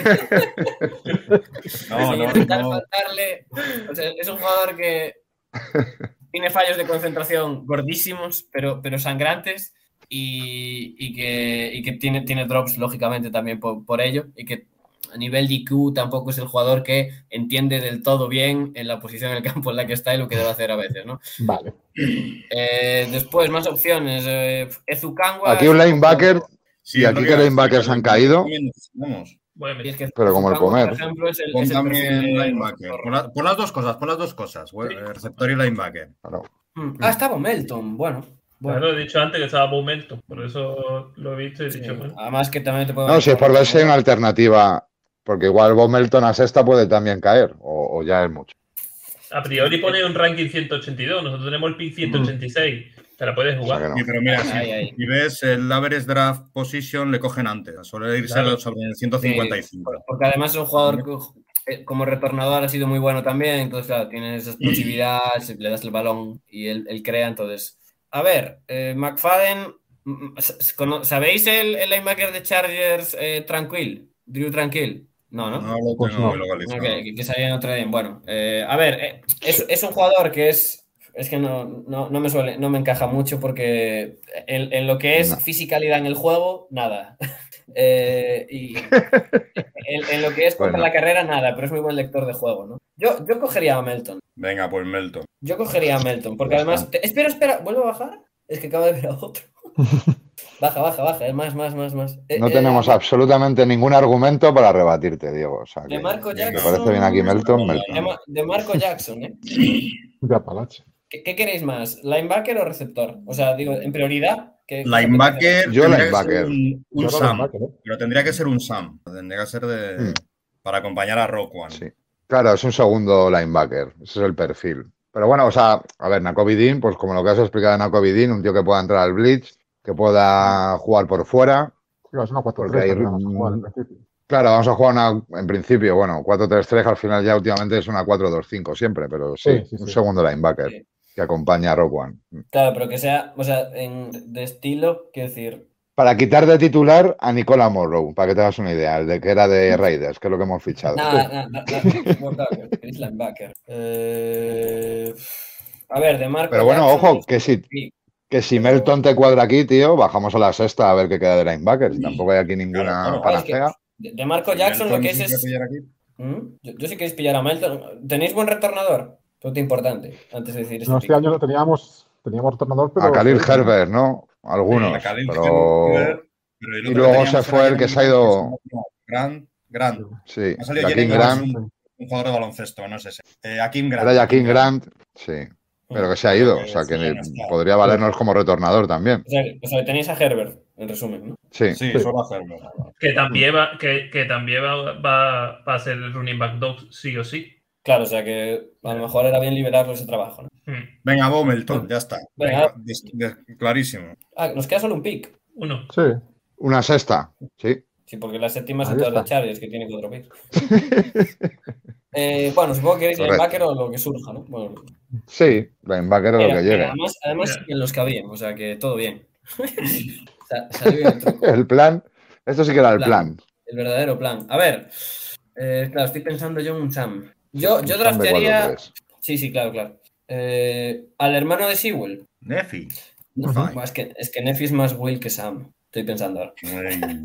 No, sin no, intentar no. faltarle, o sea, es un jugador que tiene fallos de concentración gordísimos, pero, pero sangrantes, y, y que, y que tiene, tiene drops, lógicamente, también por, por ello, y que a nivel de I Q tampoco es el jugador que entiende del todo bien en la posición en el campo en la que está y lo que debe hacer a veces, ¿no? Vale. Eh, después, más opciones. Eh, Ezukangwa Aquí un es- linebacker, Sí, Y aquí es lo que iba a linebackers decir, han caído. también necesitamos. Voy a y meter. es que Pero como el Ezukangwa, comer. por ejemplo, es el, Pon es el también perfil de- linebacker. Pon, la- pon las dos cosas, pon las dos cosas. we- eh, Receptor y linebacker. claro. Mm. Ah, estaba Melton. Bueno. bueno. Bueno, he dicho antes que estaba Bo Melton, por eso lo he visto y he Sí. dicho, bueno. Además que también te puedo... No, si es por verse en alternativa, porque igual Bob Melton a sexta puede también caer, o, o ya es mucho. A priori pone un ranking ciento ochenta y dos, nosotros tenemos el pick ciento ochenta y seis. Te la puedes O sea jugar. que no. Sí, pero mira, si, Ahí, ahí. si ves el average draft position, le cogen antes. Suele irse Claro. sobre el ciento cincuenta y cinco. Sí, porque además es un jugador que eh, como retornador ha sido muy bueno también, entonces claro, tiene esa explosividad, si le das el balón y él, él crea, entonces... A ver, eh, McFadden, ¿Sabéis el, el linebacker de Chargers eh, Tranquil? Drew Tranquil. No, ¿no? No lo Pues tengo no. muy localizado. Okay, que, que salía en Notre Dame. Bueno, eh, a ver, eh, es, es un jugador que es. Es que no, no, no me suele, no me encaja mucho porque en, en lo que es No. fisicalidad en el juego, nada. eh, y en, en lo que es contra Bueno. la carrera, nada, pero es muy buen lector de juego, ¿no? Yo, yo cogería a Melton. Venga, pues Melton. Yo cogería a Melton, porque Ya además. está. te- espera, espera, ¿vuelvo a bajar? Es que acabo de ver a otro. Baja, baja, baja, eh, más, más, más, más. Eh, No eh, tenemos Mar- absolutamente ningún argumento para rebatirte, Diego. O sea, que De Marco si te Jackson. parece bien aquí Melton, De, Melton. Ma- de Marco Jackson, ¿eh? De Apalache. ¿Qué, qué queréis más? ¿Linebacker o receptor? O sea, digo, en prioridad. ¿qué- qué Linebacker. Yo tendría linebacker. que ser un, un Yo Sam. linebacker, ¿eh? Pero tendría que ser un Sam. Tendría que ser de. Mm. Para acompañar a Rock One. Sí. Claro, es un segundo linebacker. Ese es el perfil. Pero bueno, o sea, a ver, Nakobe Dean, pues como lo que has explicado de Nakobe Dean, un tío que pueda entrar al blitz, que pueda jugar por fuera. Claro, es una cuatro Porque tres hay- vamos a jugar en principio. Claro, vamos a jugar una, en principio, bueno, cuatro tres tres, al final ya últimamente es una cuatro dos cinco siempre, pero sí, Sí, sí, un sí. segundo linebacker Sí. que acompaña a Rock One. Claro, pero que sea, o sea, en, de estilo, quiero decir. Para quitar de titular a Nicola Morrow, para que te hagas una idea, el de que era de Raiders, que es lo que hemos fichado. Nada, nada, nada. Es linebacker. Eh, a ver, de Marco. Pero bueno, Jackson, ojo, que si, sí. que si Melton te cuadra aquí, tío, bajamos a la sexta a ver qué queda de linebacker. Si tampoco hay aquí ninguna Claro, claro. Ah, es que panacea. de, de Marco Jackson Melton lo que es sí que es. pillar aquí. ¿Mm? Yo, yo sí queréis pillar a Melton. ¿Tenéis buen retornador? Punto importante, antes de decir No, este este año no teníamos, teníamos retornador, pero. A Khalil sí, Herbert, ¿no? Algunos, A Khalil pero Herbert, pero el y otro luego teníamos se era fue el que se ha Jeremy ido- Grant, Grant. sí, Ha salido Jaquim Jeremy Grant, Grant, un, un jugador de baloncesto, no sé si. Eh, Akeem Grant. era Jaquim Akeem Grant, sí, pero que se ha Pero ido, que o sea sí, ya que no está. podría valernos como retornador también. O sea, o sea, tenéis a Herbert, en resumen, ¿no? Sí, Sí, Sí. solo a Herbert. Que también va, que, que también va, va, va a ser el running back dos, sí o sí. Claro, o sea que a lo mejor era bien liberarlo ese trabajo, ¿no? Mm. Venga, Bomelton, ya está. Venga. Venga, des- des- clarísimo. Ah, nos queda solo un pick. Uno. Sí. una sexta, sí. Sí, porque la séptima Ahí son todas está. de Chargers, que tiene cuatro picks. Eh, bueno, supongo que queréis Correcto. linebacker o lo que surja, ¿no? Bueno, Sí, linebacker es lo mira, que mira, llegue. además, además Mira. en los que habían, o sea que todo bien. Sa- Salió bien el truco, El plan, esto sí que era el Plan. plan. el verdadero plan. A ver, eh, claro, estoy pensando yo en un Sam. Yo, yo Un Sam de draftearía. cuatro tres. Sí, sí, claro, claro. Eh, al hermano de Sewell. Nefi. No, Fine. buah, es que, es que Nefi es más Will que Sam. Estoy pensando ahora. Ay,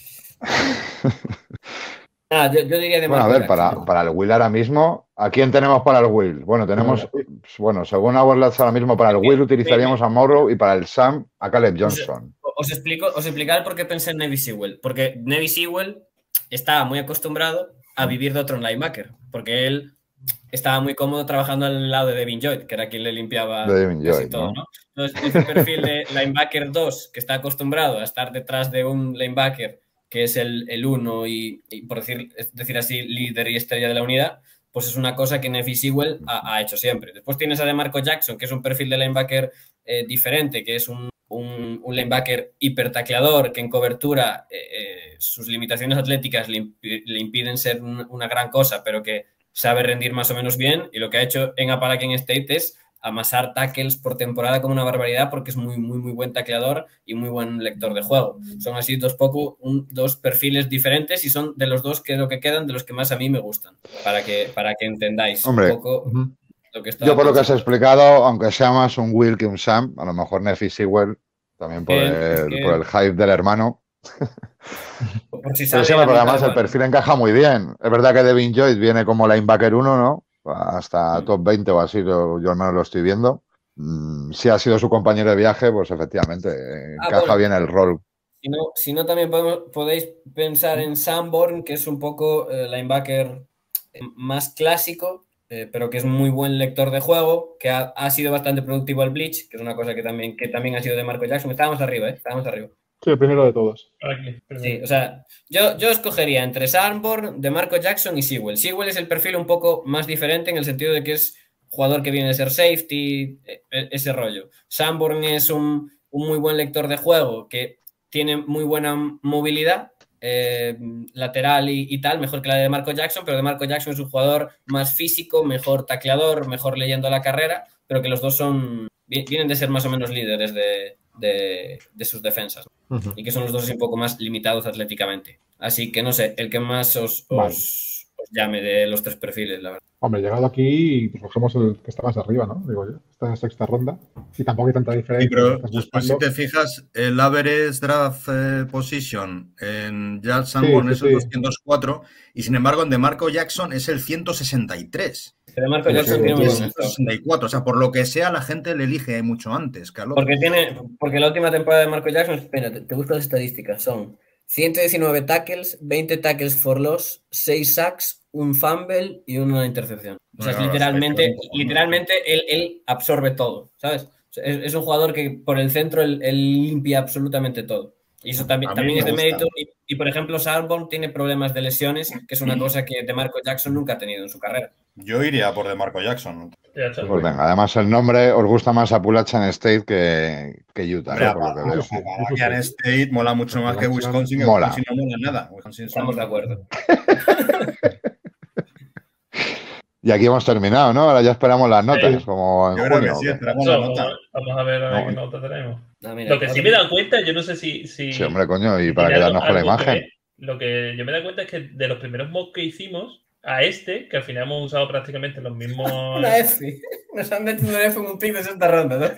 Ah, yo, yo diría de Bueno, a Marco ver, para, Jackson. para el Will ahora mismo, ¿a quién tenemos para el Will? Bueno, tenemos, bueno, según Aborlats ahora mismo para el Will utilizaríamos a Morrow y para el Sam a Caleb Johnson. Os explico, os explicaré por qué pensé en Nevi Sewell. Porque Nevi Sewell estaba muy acostumbrado a vivir de otro linebacker. Porque él estaba muy cómodo trabajando al lado de Devin Lloyd, que era quien le limpiaba De Devin casi Lloyd, todo, ¿no? ¿no? Entonces, ese perfil de linebacker dos, que está acostumbrado a estar detrás de un linebacker que es el, el uno y, y, por decir, decir así, líder y estrella de la unidad, pues es una cosa que Nefi Sewell ha, ha hecho siempre. Después tienes a DeMarco Jackson, que es un perfil de linebacker eh, diferente, que es un, un, un linebacker hipertacleador, que en cobertura eh, eh, sus limitaciones atléticas le, imp le impiden ser un, una gran cosa, pero que sabe rendir más o menos bien, y lo que ha hecho en Appalachian State es amasar tackles por temporada como una barbaridad, porque es muy, muy, muy buen tacleador y muy buen lector de juego. Son así dos poco, un, dos perfiles diferentes, y son de los dos que lo que quedan, de los que más a mí me gustan, para que, para que entendáis Hombre, un poco Ujú. lo que está. Yo por lo que os he explicado, aunque sea más un Will que un Sam, a lo mejor Nefi Sewell, también por, Bien, el, es que- por el hype del hermano. Por si Pero sale sí, la porque mitad además de el perfil encaja muy bien. Es verdad que Devin Lloyd viene como linebacker uno, ¿no? Hasta Mm. top veinte o así, yo, yo al menos lo estoy viendo. Mm, Si ha sido su compañero de viaje, pues efectivamente eh, Ah, encaja bueno. bien el rol. Si no, si no también podemos, podéis pensar en Sanborn, que es un poco eh, linebacker eh, más clásico, eh, pero que es muy buen lector de juego, que ha, ha sido bastante productivo al blitz, que es una cosa que también, que también ha sido de Marco Jackson. Estábamos arriba, ¿eh? Estábamos arriba. Sí, el primero de todos. Aquí, Sí, o sea, yo, yo escogería entre Sanborn, de Marco Jackson y Sewell. Sewell es el perfil un poco más diferente en el sentido de que es jugador que viene de ser safety, e- e- ese rollo. Sanborn es un, un muy buen lector de juego que tiene muy buena movilidad eh, lateral y, y tal, mejor que la de Marco Jackson, pero de Marco Jackson es un jugador más físico, mejor tacleador, mejor leyendo la carrera, pero que los dos son vienen de ser más o menos líderes de, de, de sus defensas. Uh-huh. Y que son los dos así un poco más limitados atléticamente. Así que no sé, el que más os, vale. os, os llame de los tres perfiles, la verdad. Hombre, llegado aquí, pues cogemos el que está más arriba, ¿no? Digo yo, está en sexta ronda. Y tampoco hay tanta diferencia. Sí, pero después, si te fijas, el average draft eh, position en Jack Sanborn sí, sí, es el sí. doscientos cuatro y sin embargo en DeMarco Jackson es el ciento sesenta y tres. De Marco Jackson sí, tiene ciento sesenta y cuatro, o sea, por lo que sea, la gente le elige mucho antes que al otro. Porque, tiene, porque la última temporada de Marco Jackson, espera, te, te gustan las estadísticas, son ciento diecinueve tackles, veinte tackles for loss, seis sacks, un fumble y una intercepción. O sea, bueno, es literalmente, literalmente él, él absorbe todo, ¿sabes? Es, es un jugador que por el centro él, él limpia absolutamente todo. Y eso también, también es de mérito. Y, y, por ejemplo, Sanborn tiene problemas de lesiones, que es una cosa que DeMarco Jackson nunca ha tenido en su carrera. Yo iría por DeMarco Jackson. Pues venga, además el nombre os gusta más Appalachian State que, que Utah. Hombre, ¿no? Por lo que veo. Appalachian State mola mucho más que Wisconsin. Mola. Wisconsin no mola nada. Wisconsin Estamos de acuerdo. Y aquí hemos terminado, ¿no? Ahora ya esperamos las notas, sí. como en yo junio. Creo que sí, esperamos la nota. Vamos a ver a ver no. qué nota tenemos. No, mira, lo que sí me he dado cuenta, yo no sé si... si sí, hombre, coño, y para quedarnos con la imagen. Que, lo que yo me he dado cuenta es que de los primeros mocks que hicimos, a este, que al final hemos usado prácticamente los mismos... Una F. Nos han metido una F en un pick de sexta ronda. ¿No?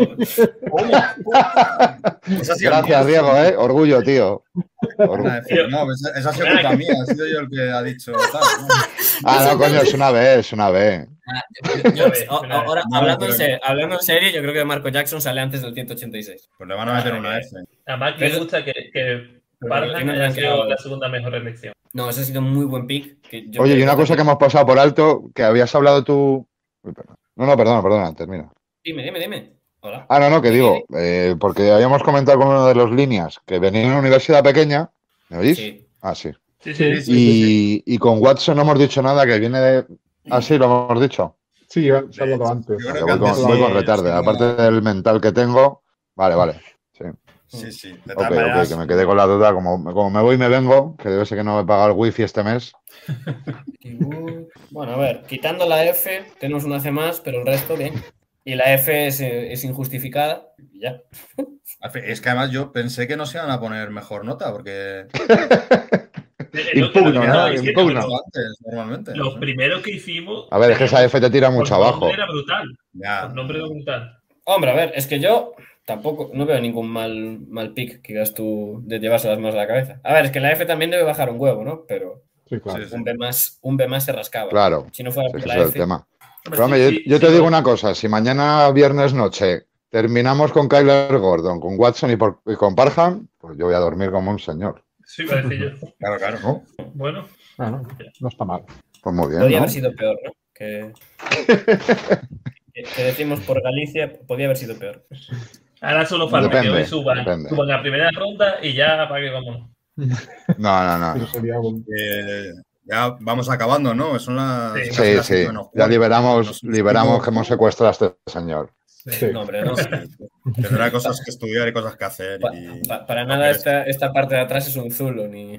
Gracias, Diego, ¿eh? Orgullo, tío. Orgullo. No, esa, esa ha sido culpa mía. Ha sido yo el que ha dicho tal, ¿no? Ah, no, coño, es una B, es una B. Ah, yo, yo, ahora, no, hablando, en serio, hablando en serio, yo creo que Marco Jackson sale antes del ciento ochenta y seis. Pues le van a meter ah, una F. Además, que me gusta que, que Parham haya sido la segunda mejor elección. No, ese ha sido un muy buen pick. Que yo Oye, y una cosa que hemos pasado por alto, que habías hablado tú... No, no, perdona, perdona, termina. Dime, dime, dime. Hola. Ah, no, no, que digo, eh, porque habíamos comentado con uno de los líneas que venía en una universidad pequeña. ¿Me oís? Sí. Ah, sí. Sí, sí, sí, y, sí, sí. y con Watson no hemos dicho nada, que viene de... Ah, sí, lo hemos dicho. Sí, se ha hablado antes. Voy con, voy con retarde. Sí, aparte del mental que tengo... Vale, vale. Sí. Sí, sí. De ok, ok, que me quedé con la duda. Como, como me voy y me vengo, que debe ser que no me he pagado el wifi este mes. Bueno, a ver, quitando la F, tenemos una C más, pero el resto bien. Y la F es, es injustificada y ya. Es que además yo pensé que no se iban a poner mejor nota, porque... Impugno, ¿no? Impugno. Antes, normalmente. Los primeros que hicimos... A ver, es que esa F te tira mucho abajo. El nombre era brutal. Ya. El nombre era brutal. Hombre, a ver, es que yo... Tampoco, no veo ningún mal, mal pick que digas tú de llevarse las manos a la cabeza. A ver, es que la F también debe bajar un huevo, ¿no? Pero sí, claro. un, B más, un B más se rascaba. Claro. Si no fuera sí, por la F. Es el tema. Pero, hombre, sí, yo, yo sí, te sí, digo una cosa. Si mañana viernes noche terminamos con Kyler Gordon, con Watson y, por, y con Parham, pues yo voy a dormir como un señor. Sí, va a decir yo. Claro, claro. ¿No? Bueno. Ah, no, no está mal. Pues muy bien, podría ¿no? haber sido peor, ¿no? Que... que decimos por Galicia, podría haber sido peor. Ahora solo falta depende, que hoy suban, suban la primera ronda y ya para que vámonos. No, no, no. Eh, ya vamos acabando, ¿no? Son las. Sí, sí. sí. Bueno, ya liberamos, liberamos que hemos secuestrado a este señor. Sí. No, hombre, no. Tendrá cosas que estudiar y cosas que hacer. Pa, y... pa, para nada esta, esta parte de atrás es un zulo, ni.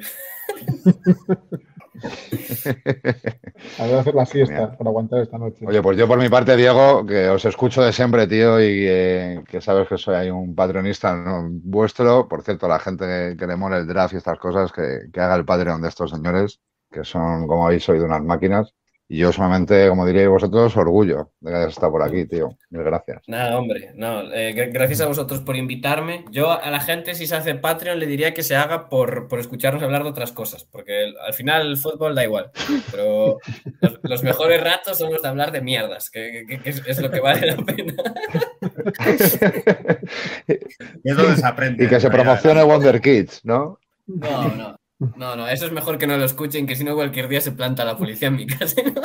A ver, hacer la siesta Mira. para aguantar esta noche. Oye, pues yo por mi parte, Diego, que os escucho de siempre, tío, y eh, que sabes que soy ahí un patronista, ¿no? vuestro. Por cierto, la gente que, que le mola el draft y estas cosas, que, que haga el Patreon de estos señores, que son, como habéis oído, unas máquinas. Y yo solamente, como diríais vosotros, orgullo de que hayas estado por aquí, tío. Mil gracias. Nada, hombre, no. Eh, gracias a vosotros por invitarme. Yo a la gente, si se hace Patreon, le diría que se haga por, por escucharnos hablar de otras cosas, porque al final el fútbol da igual. Pero los, los mejores ratos son los de hablar de mierdas, que, que, que es, es lo que vale la pena. Es donde se aprende. Y que se promocione Wonder Kids, ¿no? No, no. No, no, eso es mejor que no lo escuchen, que si no cualquier día se planta la policía en mi casa, ¿no?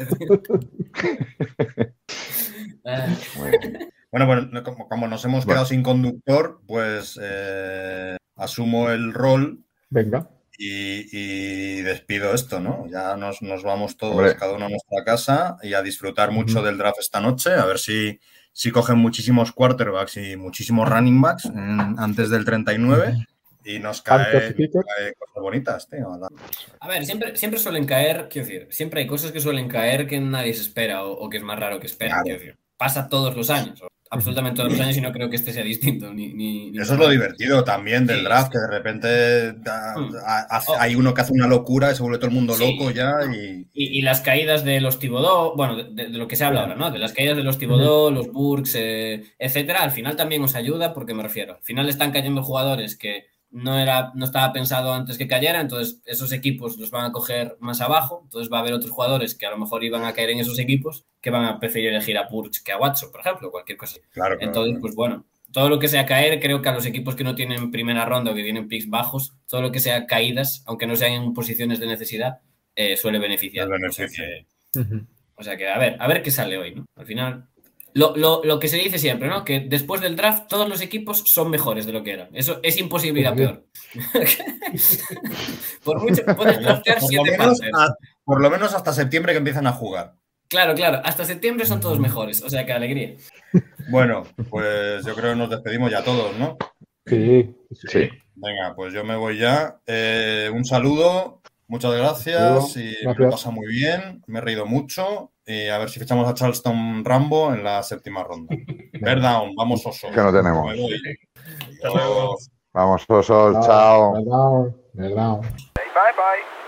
Bueno, bueno, como, como nos hemos quedado bueno. sin conductor, pues eh, asumo el rol. Venga. Y, y despido esto, ¿no? Ya nos, nos vamos todos, Hombre. cada uno a nuestra casa y a disfrutar mucho uh-huh. del draft esta noche, a ver si, si cogen muchísimos quarterbacks y muchísimos running backs en, antes del treinta y nueve. Uh-huh. Y nos cae, cae cosas bonitas, tío. A ver, siempre, siempre suelen caer, quiero decir, siempre hay cosas que suelen caer que nadie se espera o, o que es más raro que espera, claro. Quiero decir. Pasa todos los años. absolutamente todos los años y no creo que este sea distinto. Ni, ni, ni Eso es lo divertido también del sí, draft, sí. que de repente da, Mm. ha, Oh. hay uno que hace una locura y se vuelve todo el mundo Sí. loco ya. Y... Y, y las caídas de los Thibodeau, bueno, de, de lo que se habla ahora, ¿no? De las caídas de los Thibodeau, los Burks, eh, etcétera, al final también os ayuda, porque me refiero, al final están cayendo jugadores que no era, no estaba pensado antes que cayera, entonces esos equipos los van a coger más abajo, entonces va a haber otros jugadores que a lo mejor iban a caer en esos equipos que van a preferir elegir a Burks que a Watson, por ejemplo, cualquier cosa. Claro, claro, Entonces, claro. pues bueno, todo lo que sea caer, creo que a los equipos que no tienen primera ronda o que tienen picks bajos, todo lo que sea caídas, aunque no sean en posiciones de necesidad, eh, suele beneficiar. El O sea beneficio. que, o sea que, a ver, a ver qué sale hoy, ¿no? Al final, lo, lo, lo que se dice siempre, ¿no? Que después del draft todos los equipos son mejores de lo que eran. Eso es imposible ir a peor. Por mucho, puedes draftear Por lo, siete menos Panthers. a- por lo menos hasta septiembre que empiezan a jugar. Claro, claro, hasta septiembre son todos mejores. O sea que alegría. Bueno, pues yo creo que nos despedimos ya todos, ¿no? Sí, Sí. Venga, pues yo me voy ya. Eh, un saludo, muchas gracias y me lo he Gracias. pasado muy bien, me he reído mucho y a ver si fichamos a Charleston Rambo en la séptima ronda. Bear down, vamos osos. Que no tenemos. Me voy. Hasta luego. Adiós. Vamos, osos, chao. Verdad, verdad. Bye bye.